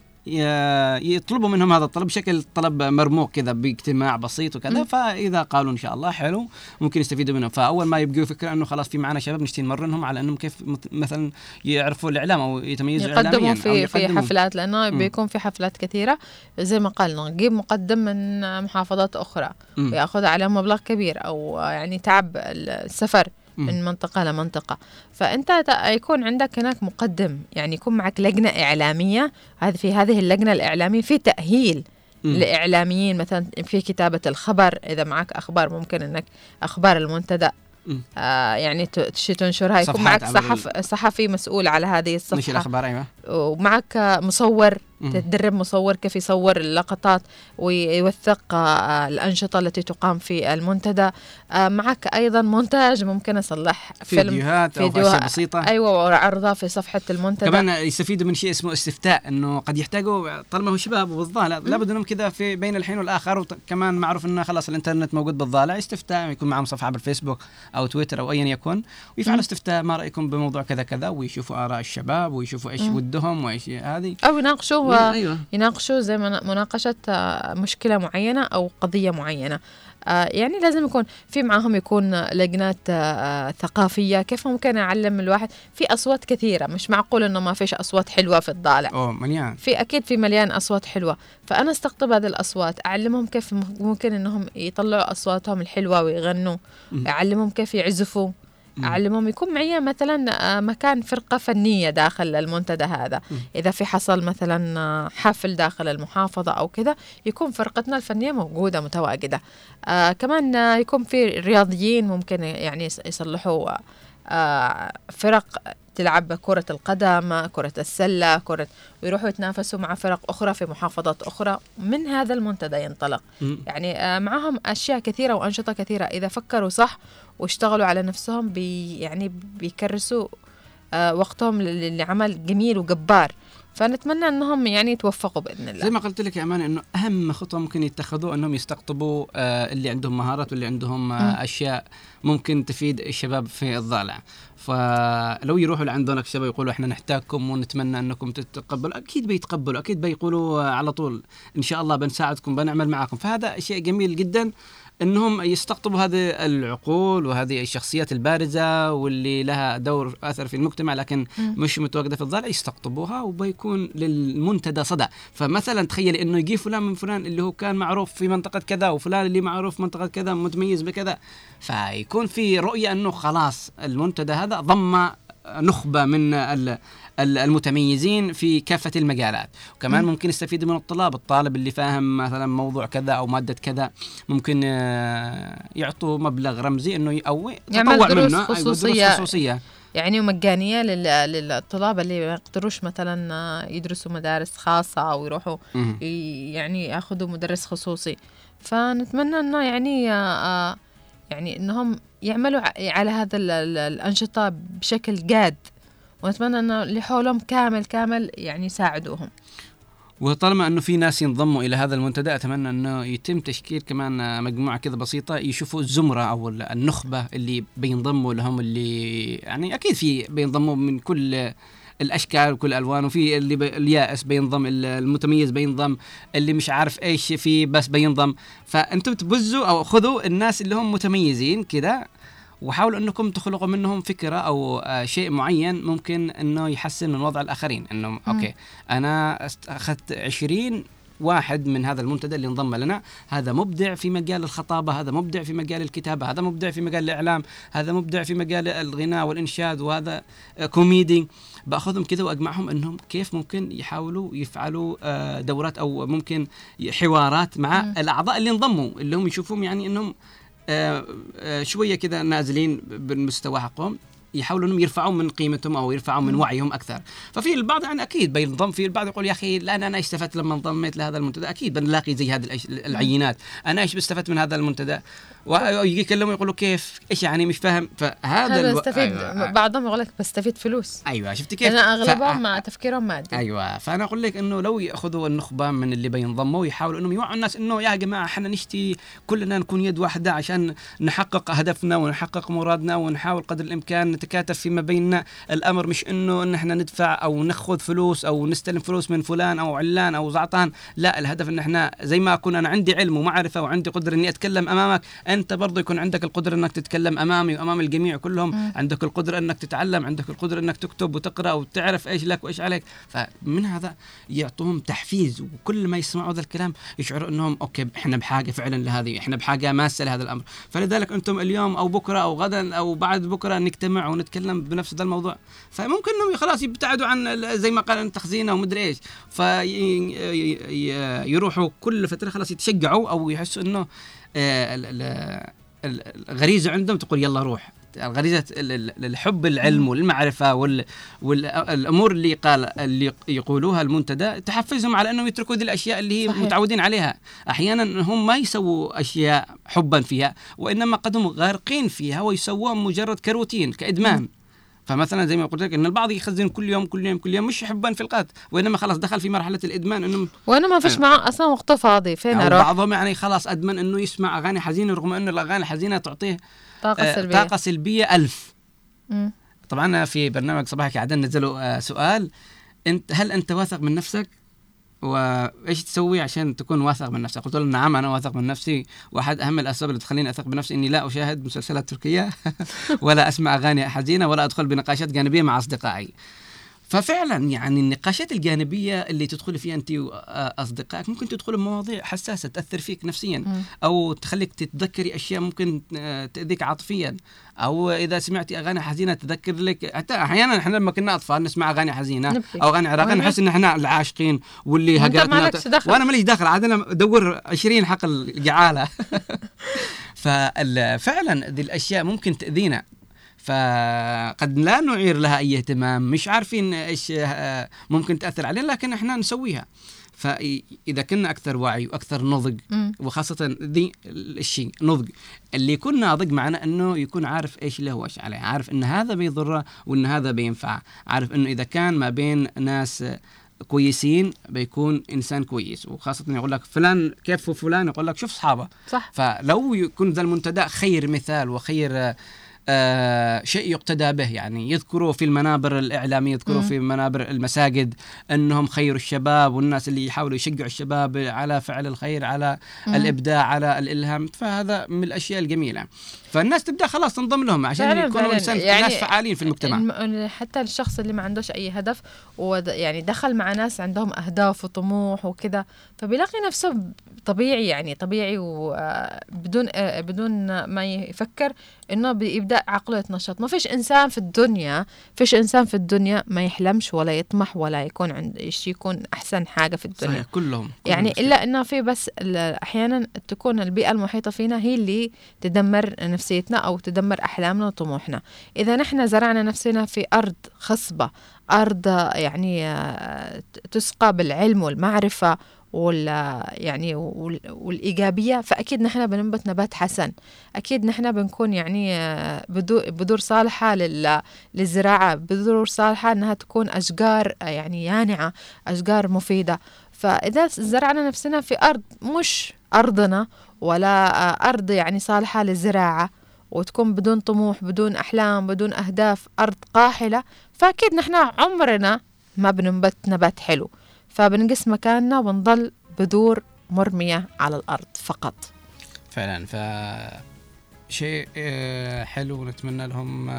يطلبوا منهم هذا الطلب بشكل طلب مرموق كذا باجتماع بسيط وكذا. فإذا قالوا إن شاء الله حلو ممكن يستفيدوا منهم. فأول ما يبقوا فكرة إنه خلاص في معنا شباب نشتي نمرنهم على إنهم كيف مثلا يعرفوا الإعلام أو يتميزوا إعلاميا، يقدموا في في حفلات، لأنه م. بيكون في حفلات كثيرة زي ما قالنا، نجيب مقدم من محافظات أخرى ويأخذ عليهم مبلغ كبير، أو يعني تعب السفر من منطقة لمنطقة. فأنت يكون عندك هناك مقدم، يعني يكون معك لجنة إعلامية، هذه في هذه اللجنة الإعلامية في تأهيل لإعلاميين، مثلا في كتابة الخبر، إذا معك أخبار ممكن أنك أخبار المنتدى آه يعني تشي تنشرها، يكون معك صحف صحفي مسؤول على هذه الصفحة، نشر الأخبار. أيوة. ومعك مصور، تدرب مصور كيف يصور اللقطات ويوثق آه الأنشطة التي تقام في المنتدى. آه معك أيضا مونتاج، ممكن أصلح فيلم، فيديوهات أو أشياء بسيطة. أيوة، وعرضها في صفحة المنتدى. كمان يستفيدوا من شيء اسمه استفتاء، إنه قد يحتاجوا طالما هو شباب وبالضالع لابد إنهم كذا في بين الحين والآخر. وكمان معروف إنه خلاص الإنترنت موجود بالضالع، استفتاء يكون معهم صفحة بالفيسبوك أو تويتر أو أيا يكن، ويفعلوا استفتاء ما رأيكم بموضوع كذا كذا، ويشوفوا آراء الشباب ويشوفوا إيش ودهم وإيش هذه، أو يناقشوا أيوة. يناقشوا زي مناقشة مشكلة معينة أو قضية معينة. يعني لازم يكون في معهم يكون لجنات ثقافية، كيف ممكن أعلم الواحد في أصوات كثيرة، مش معقول إنه ما فيش أصوات حلوة في الضالع. أوه مليان، في أكيد في مليان أصوات حلوة. فأنا استقطب هذه الأصوات، أعلمهم كيف ممكن إنهم يطلعوا أصواتهم الحلوة ويغنوا، أعلمهم كيف يعزفوا، أعلمهم. يكون معي مثلا مكان فرقة فنية داخل المنتدى هذا، إذا في حصل مثلا حفل داخل المحافظة أو كذا، يكون فرقتنا الفنية موجودة متواجدة. آه كمان يكون في رياضيين ممكن يعني يصلحوا آه فرق تلعب كرة القدم، كرة السلة، كرة، ويروحوا يتنافسوا مع فرق أخرى في محافظات أخرى. من هذا المنتدى ينطلق م. يعني آه معهم أشياء كثيرة وأنشطة كثيرة، إذا فكروا صح واشتغلوا على نفسهم بي يعني بيكرسوا آه وقتهم لعمل جميل وجبار. فنتمنى أنهم يعني يتوفقوا بإذن الله. زي ما قلت لك يا أمانة، إنه أهم خطوة ممكن يتخذوا أنهم يستقطبوا آه اللي عندهم مهارات واللي عندهم آه أشياء ممكن تفيد الشباب في الضالع. فلو يروحوا لعندنا الشباب يقولوا إحنا نحتاجكم ونتمنى أنكم تتقبلوا، أكيد بيتقبلوا، أكيد بيقولوا على طول إن شاء الله بنساعدكم بنعمل معكم. فهذا شيء جميل جدا انهم يستقطبوا هذه العقول وهذه الشخصيات البارزه واللي لها دور اثر في المجتمع، لكن م. مش متواجده في الضالع، يستقطبوها وبيكون للمنتدى صدى. فمثلا تخيلي انه يجي فلان من فلان اللي هو كان معروف في منطقه كذا، وفلان اللي معروف في منطقه كذا متميز بكذا، فيكون في رؤيه انه خلاص المنتدى هذا ضم نخبه من المتميزين في كافة المجالات. وكمان م. ممكن يستفيد من الطلاب، الطالب اللي فاهم مثلا موضوع كذا أو مادة كذا ممكن يعطوا مبلغ رمزي إنه أو يعمل دروس خصوصية, خصوصية يعني ومجانية للطلاب اللي ما يقدروش مثلا يدرسوا مدارس خاصة أو يروحوا م. يعني يأخذوا مدرس خصوصي. فنتمنى إنه يعني يعني إنهم يعملوا على هذا الأنشطة بشكل جاد، ونتمنى أن اللي حولهم كامل كامل يعني يساعدوهم. وطالما انه في ناس ينضموا الى هذا المنتدى، اتمنى انه يتم تشكيل كمان مجموعه كذا بسيطه يشوفوا الزمره او النخبه اللي بينضموا لهم، اللي يعني اكيد في بينضموا من كل الاشكال وكل الالوان، وفي اللي بي اليائس بينضم، المتميز بينضم، اللي مش عارف ايش في بس بينضم. فانتم تبزوا او خذوا الناس اللي هم متميزين كده، وحاولوا انكم تخلقوا منهم فكره او آه شيء معين ممكن انه يحسن من وضع الاخرين. انه م. اوكي انا اخذت عشرين واحد من هذا المنتدى اللي انضم لنا، هذا مبدع في مجال الخطابه، هذا مبدع في مجال الكتابه، هذا مبدع في مجال الاعلام، هذا مبدع في مجال الغناء والانشاد، وهذا آه كوميدي. باخذهم كذا واجمعهم انهم كيف ممكن يحاولوا يفعلوا آه دورات او ممكن حوارات مع م. الاعضاء اللي انضموا، اللي هم يشوفون يعني انهم آه آه شوية كده نازلين بالمستوى حقهم، يحاولوا انهم يرفعون من قيمتهم او يرفعون من وعيهم اكثر. ففي البعض يعني اكيد بينضم، في البعض يقول يا اخي لا انا استفدت لما انضميت لهذا المنتدى، اكيد بنلاقي زي هذه العينات، انا ايش بستفدت من هذا المنتدى، ويجي يكلموا يقولوا كيف ايش يعني مش فاهم. فهذا الو... بستفيد أيوة. بعضهم يقول لك بستفيد فلوس. ايوه شفت كيف، انا اغلبهم ف... مع تفكيرهم مادي. ايوه فانا اقول لك انه لو ياخذوا النخبه من اللي بينضموا يحاولوا انهم يوعوا الناس انه يا جماعه احنا نشتي كلنا نكون يد واحده عشان نحقق هدفنا ونحقق مرادنا، ونحاول قدر الامكان نتكاتف فيما بيننا. الامر مش انه ان احنا ندفع او ناخذ فلوس او نستلم فلوس من فلان او علان او زعطان، لا الهدف ان احنا زي ما اكون انا عندي علم ومعرفه وعندي قدره اني اتكلم امامك، انت برضه يكون عندك القدره انك تتكلم امامي وامام الجميع كلهم. م. عندك القدره انك تتعلم، عندك القدره انك تكتب وتقرا وتعرف ايش لك وايش عليك. فمن هذا يعطوهم تحفيز، وكل ما يسمعوا هذا الكلام يشعروا انهم اوكي احنا بحاجه فعلا لهذه، احنا بحاجه ماسه لهذا الامر. فلذلك انتم اليوم او بكره او غدا او بعد بكره نجتمع ونتكلم بنفس هذا الموضوع، فممكن انهم خلاص يبتعدوا عن زي ما قال التخزينه ومدري ايش، فيروحوا كل فتره خلاص يتشجعوا او يحسوا انه الغريزه عندهم تقول يلا روح. غريزه الحب العلم والمعرفه والامور اللي قال اللي يقولوها المنتدى تحفزهم على انهم يتركوا ذي الاشياء اللي هي صحيح. متعودين عليها. احيانا هم ما يسووا اشياء حبا فيها، وانما قد هم غارقين فيها ويسووها مجرد كروتين كادمان. م. فمثلا زي ما قلت لك ان البعض يخزن كل يوم كل يوم كل يوم مش حبا في القات، وانما خلاص دخل في مرحله الادمان، انه وانا ما فيش أه. معه اصلا وقته فاضي فين اروح. بعضهم يعني خلاص ادمن انه يسمع اغاني حزينه، رغم انه الاغاني الحزينه تعطيه طاقه آه سلبيه طاقه سلبيه ألف. م. طبعا في برنامج صباحك عدن نزلوا آه سؤال، انت هل انت واثق من نفسك وايش تسوي عشان تكون واثق من نفسك؟ قلت له نعم انا واثق من نفسي، واحد اهم الاسباب اللي تخليني اثق بنفسي اني لا اشاهد مسلسلات تركيه ولا اسمع اغاني حزينه ولا ادخل بنقاشات جانبيه مع اصدقائي. ففعلا يعني النقاشات الجانبيه اللي تدخلي فيها انت واصدقائك ممكن تدخلوا بمواضيع حساسه تاثر فيك نفسيا، او تخليك تتذكري اشياء ممكن تاذيك عاطفيا، او اذا سمعتي اغاني حزينه تذكر لك. حتى احيانا احنا لما كنا اطفال نسمع اغاني حزينه او اغاني عراقيه نحس ان احنا العاشقين واللي هجرتنا، وانا ماليش داخل عاد انا ادور عشرين حقل جعاله. ففعلا ذي الاشياء ممكن تاذينا، فقد لا نعير لها أي اهتمام، مش عارفين إيش ممكن تأثر علينا، لكن إحنا نسويها. فإذا كنا أكثر وعي وأكثر نضج، م. وخاصة ذي الشيء نضج اللي يكون ناضج معنا أنه يكون عارف إيش له وإيش عليه، عارف أن هذا بيضره وأن هذا بينفع، عارف أنه إذا كان ما بين ناس كويسين بيكون إنسان كويس. وخاصة يقول لك فلان كيف فلان، يقول لك شوف صحابه. صح. فلو يكون ذا المنتدى خير مثال وخير آه شيء يقتدى به، يعني يذكروا في المنابر الإعلامية، يذكروا في منابر المساجد أنهم خير الشباب والناس اللي يحاولوا يشجعوا الشباب على فعل الخير، على م. الإبداع، على الإلهام. فهذا من الأشياء الجميلة، فالناس تبدأ خلاص تنضم لهم عشان يكونوا إنسان يعني ناس فعالين في المجتمع. حتى الشخص اللي ما عندوش أي هدف ويعني دخل مع ناس عندهم أهداف وطموح وكذا، فبيلاقي نفسه طبيعي، يعني طبيعي وبدون بدون ما يفكر إنه بيبدأ عقله يتنشط. ما فيش إنسان في الدنيا فيش إنسان في الدنيا ما يحلمش ولا يطمح ولا يكون عند إيش يكون أحسن حاجة في الدنيا. صحيح كلهم يعني إلا إنه في بس أحيانا تكون البيئة المحيطة فينا هي اللي تدمر نفسيتنا أو تدمر أحلامنا وطموحنا. إذا نحن زرعنا نفسنا في أرض خصبة، أرض يعني تسقى بالعلم والمعرفة وال يعني والإيجابية، فأكيد نحن بننبت نبات حسن، أكيد نحن بنكون يعني بذور صالحة للزراعة، بذور صالحة أنها تكون أشجار يعني يانعة، أشجار مفيدة. فإذا زرعنا نفسنا في أرض مش أرضنا ولا أرض يعني صالحة للزراعة، وتكون بدون طموح بدون أحلام بدون أهداف، أرض قاحلة، فأكيد نحن عمرنا ما بننبت نبات حلو، فبنقص مكاننا ونضل بذور مرمية على الأرض فقط. فعلا ف شيء حلو، ونتمنى لهم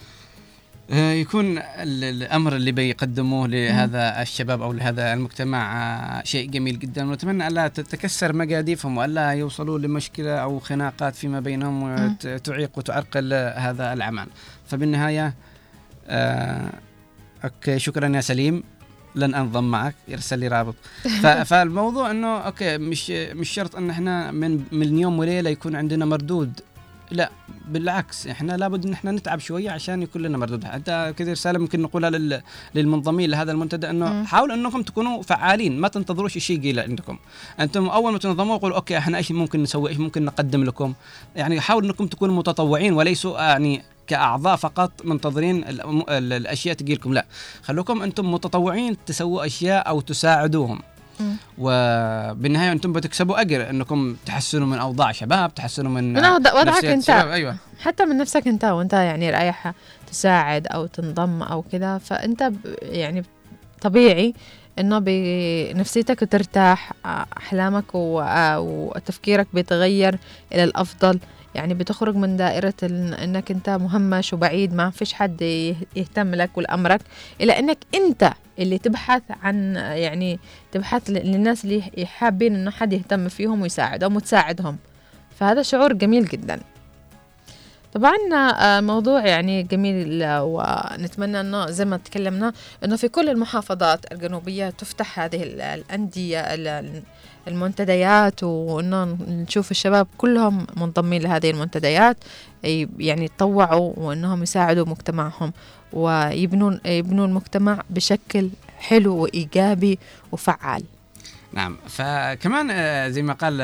يكون الأمر اللي بيقدموه لهذا الشباب أو لهذا المجتمع شيء جميل جدا، ونتمنى ألا تتكسر مقاديفهم وألا يوصلوا لمشكلة أو خناقات فيما بينهم وتعيق وتعرقل هذا العمل. فبالنهاية آه أوكي، شكرا يا سليم، لن أنضم معك، يرسل لي رابط. فالموضوع إنه أوكي مش مش شرط إن إحنا من من يوم وليلة يكون عندنا مردود، لا بالعكس، إحنا لابد إن إحنا نتعب شوية عشان يكون لنا مردود. حتى كذا رسالة ممكن نقولها لل للمنضمين لهذا المنتدى، إنه حاولوا إنكم تكونوا فعالين، ما تنتظروش شيء يجي عندكم. أنتم أول ما تنضموا قولوا أوكي إحنا إيش ممكن نسوي، إيش ممكن نقدم لكم. يعني حاولوا إنكم تكونوا متطوعين وليسوا يعني كأعضاء فقط منتظرين الأشياء تجيلكم، لا خلوكم أنتم متطوعين تسووا أشياء أو تساعدوهم. م. وبالنهاية أنتم بتكسبوا أجر إنكم تحسنوا من أوضاع شباب، تحسنوا من وضعك أنت شباب. أيوة. حتى من نفسك أنت، وأنت يعني رايح تساعد أو تنضم أو كذا، فأنت يعني طبيعي إنه بنفسيتك ترتاح، أحلامك وتفكيرك بيتغير إلى الأفضل، يعني بتخرج من دائرة إنك أنت مهمش وبعيد ما فيش حد يهتم لك والأمرك، إلى إنك أنت اللي تبحث عن يعني تبحث للناس اللي حابين إنه حد يهتم فيهم ويساعدهم وتساعدهم. فهذا شعور جميل جدا. طبعا موضوع يعني جميل، ونتمنى إنه زي ما تكلمنا إنه في كل المحافظات الجنوبية تفتح هذه الأندية المنتديات، وإنه نشوف الشباب كلهم منضمين لهذه المنتديات، يعني يتطوعوا وإنهم يساعدوا مجتمعهم ويبنوا يبنوا المجتمع بشكل حلو وإيجابي وفعال. نعم. فكمان زي ما قال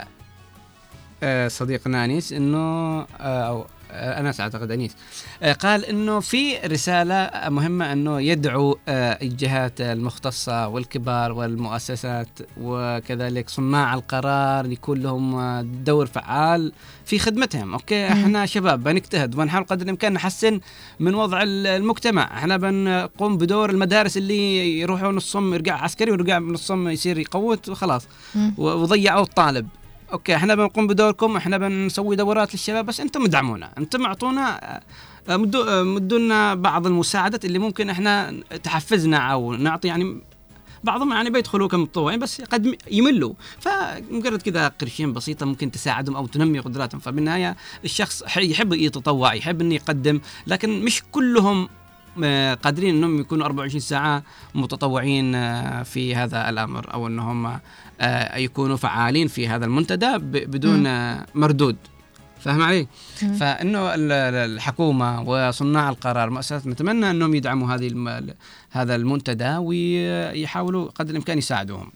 صديقنا أنيس إنه أو أنس أعتقد أنيس قال إنه في رسالة مهمة إنه يدعو الجهات المختصة والكبار والمؤسسات وكذلك صناع القرار يكون لهم دور فعال في خدمتهم. أوكي إحنا شباب بنجتهد ونحاول قدر الإمكان نحسن من وضع المجتمع، إحنا بنقوم بدور المدارس اللي يروحوا نصهم يرجع عسكري ويرجع نصهم يصير يقوت وخلاص وضيعوا الطالب. اوكي احنا بنقوم بدوركم، احنا بنسوي دورات للشباب، بس انتم ادعمونا، انتم اعطونا مدونا بعض المساعدات اللي ممكن احنا تحفزنا او نعطي. يعني بعضهم يعني بيدخلوا كمتطوعين بس قد يملوا، فمجرد كذا قرشين بسيطه ممكن تساعدهم او تنمي قدراتهم. فبالنهايه الشخص يحب يتطوع، يحب انه يقدم، لكن مش كلهم قادرين انهم يكونوا أربعة وعشرين ساعة متطوعين في هذا الامر، او انهم يكونوا فعالين في هذا المنتدى بدون م. مردود. فهم علي؟ م. فانه الحكومة وصناع القرار مؤسسات نتمنى انهم يدعموا هذه هذا المنتدى ويحاولوا قدر الامكان يساعدوهم.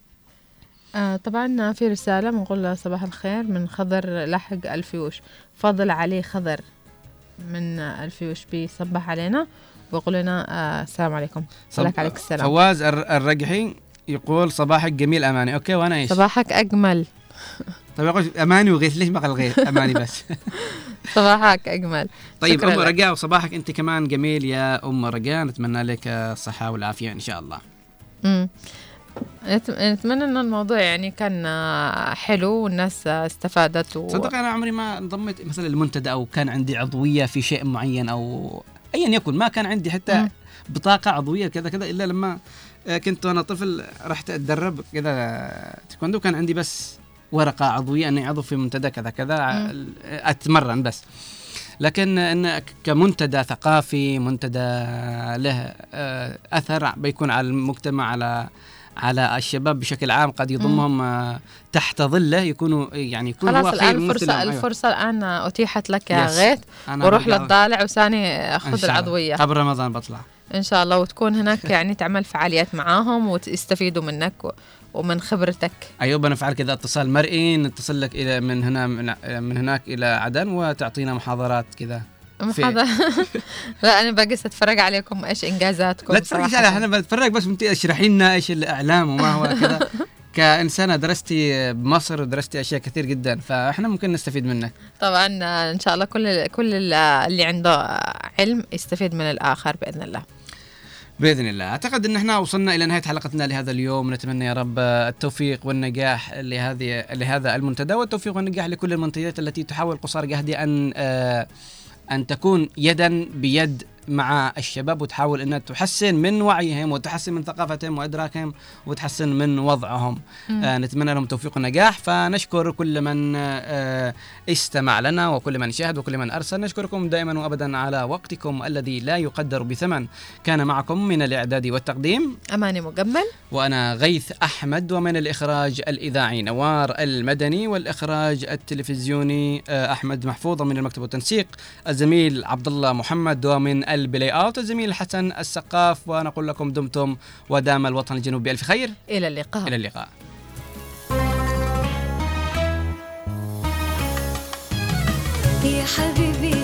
آه طبعا في رسالة بنقول صباح الخير من خضر لحق الفيوش، فضل عليه خضر من الفيوش بيصبح علينا ويقول لنا آه السلام عليكم. صب... عليك السلام. فواز الرجحي يقول صباحك جميل أماني. أوكي وأنا إيش؟ صباحك أجمل. طيب يقول أماني وغيث، ليش ما قال غيث؟ أماني بس. صباحك أجمل. طيب أم رجاء وصباحك أنت كمان جميل يا أم رجاء، نتمنى لك الصحة والعافية إن شاء الله. امم نتمنى أن الموضوع يعني كان حلو والناس استفادت و... صدق أنا عمري ما انضميت مثلا المنتدى أو كان عندي عضوية في شيء معين أو أيا يكن، ما كان عندي حتى م. بطاقة عضوية كذا كذا، إلا لما كنت وأنا طفل رحت أتدرب كذا تايكوندو، كان عندي بس ورقة عضوية أني عضو في منتدى كذا كذا م. أتمرن بس. لكن إن كمنتدى ثقافي، منتدى له أثر بيكون على المجتمع، على على الشباب بشكل عام، قد يضمهم مم. تحت ظله، يكونوا يعني يكونوا خلاص الآن الفرصة الفرصة الآن أتيحت لك يا غيث، وروح للطالع وساني خذ العضوية قبل رمضان بطلع إن شاء الله، وتكون هناك يعني تعمل فعاليات معاهم وتستفيدوا منك ومن خبرتك. أيوة بنفعل كذا اتصال مرئي، نتصل لك إلى من هنا من, من هناك إلى عدن وتعطينا محاضرات كذا هذا لا انا بقيس اتفرج عليكم ايش انجازاتكم. لا تفرجي على احنا بتفرج بس انت اشرحي لنا ايش الاعلام وما هو كذا. كإنسانة درستي بمصر ودرستي أشياء كثير جدا، فإحنا ممكن نستفيد منك. طبعا إن شاء الله كل كل اللي عنده علم يستفيد من الآخر بإذن الله. بإذن الله. أعتقد أن احنا وصلنا إلى نهاية حلقتنا لهذا اليوم. نتمنى يا رب التوفيق والنجاح لهذه لهذا المنتدى، والتوفيق والنجاح لكل المنتديات التي تحاول قصار جهدي أن أن تكون يدا بيد مع الشباب، وتحاول أنها تحسن من وعيهم وتحسن من ثقافتهم وإدراكهم وتحسن من وضعهم. آه نتمنى لهم توفيق ونجاح. فنشكر كل من آه استمع لنا وكل من شاهد وكل من أرسل. نشكركم دائما وأبدا على وقتكم الذي لا يقدر بثمن. كان معكم من الإعداد والتقديم أماني مجمل، وأنا غيث أحمد، ومن الإخراج الإذاعي نوار المدني، والإخراج التلفزيوني آه أحمد محفوظ، من المكتب والتنسيق الزميل عبد الله محمد، ومن البلاي اوت الزميل حسن السقاف. ونقول لكم دمتم ودام الوطن الجنوبي ألف خير. إلى اللقاء. إلى اللقاء. يا حبيبي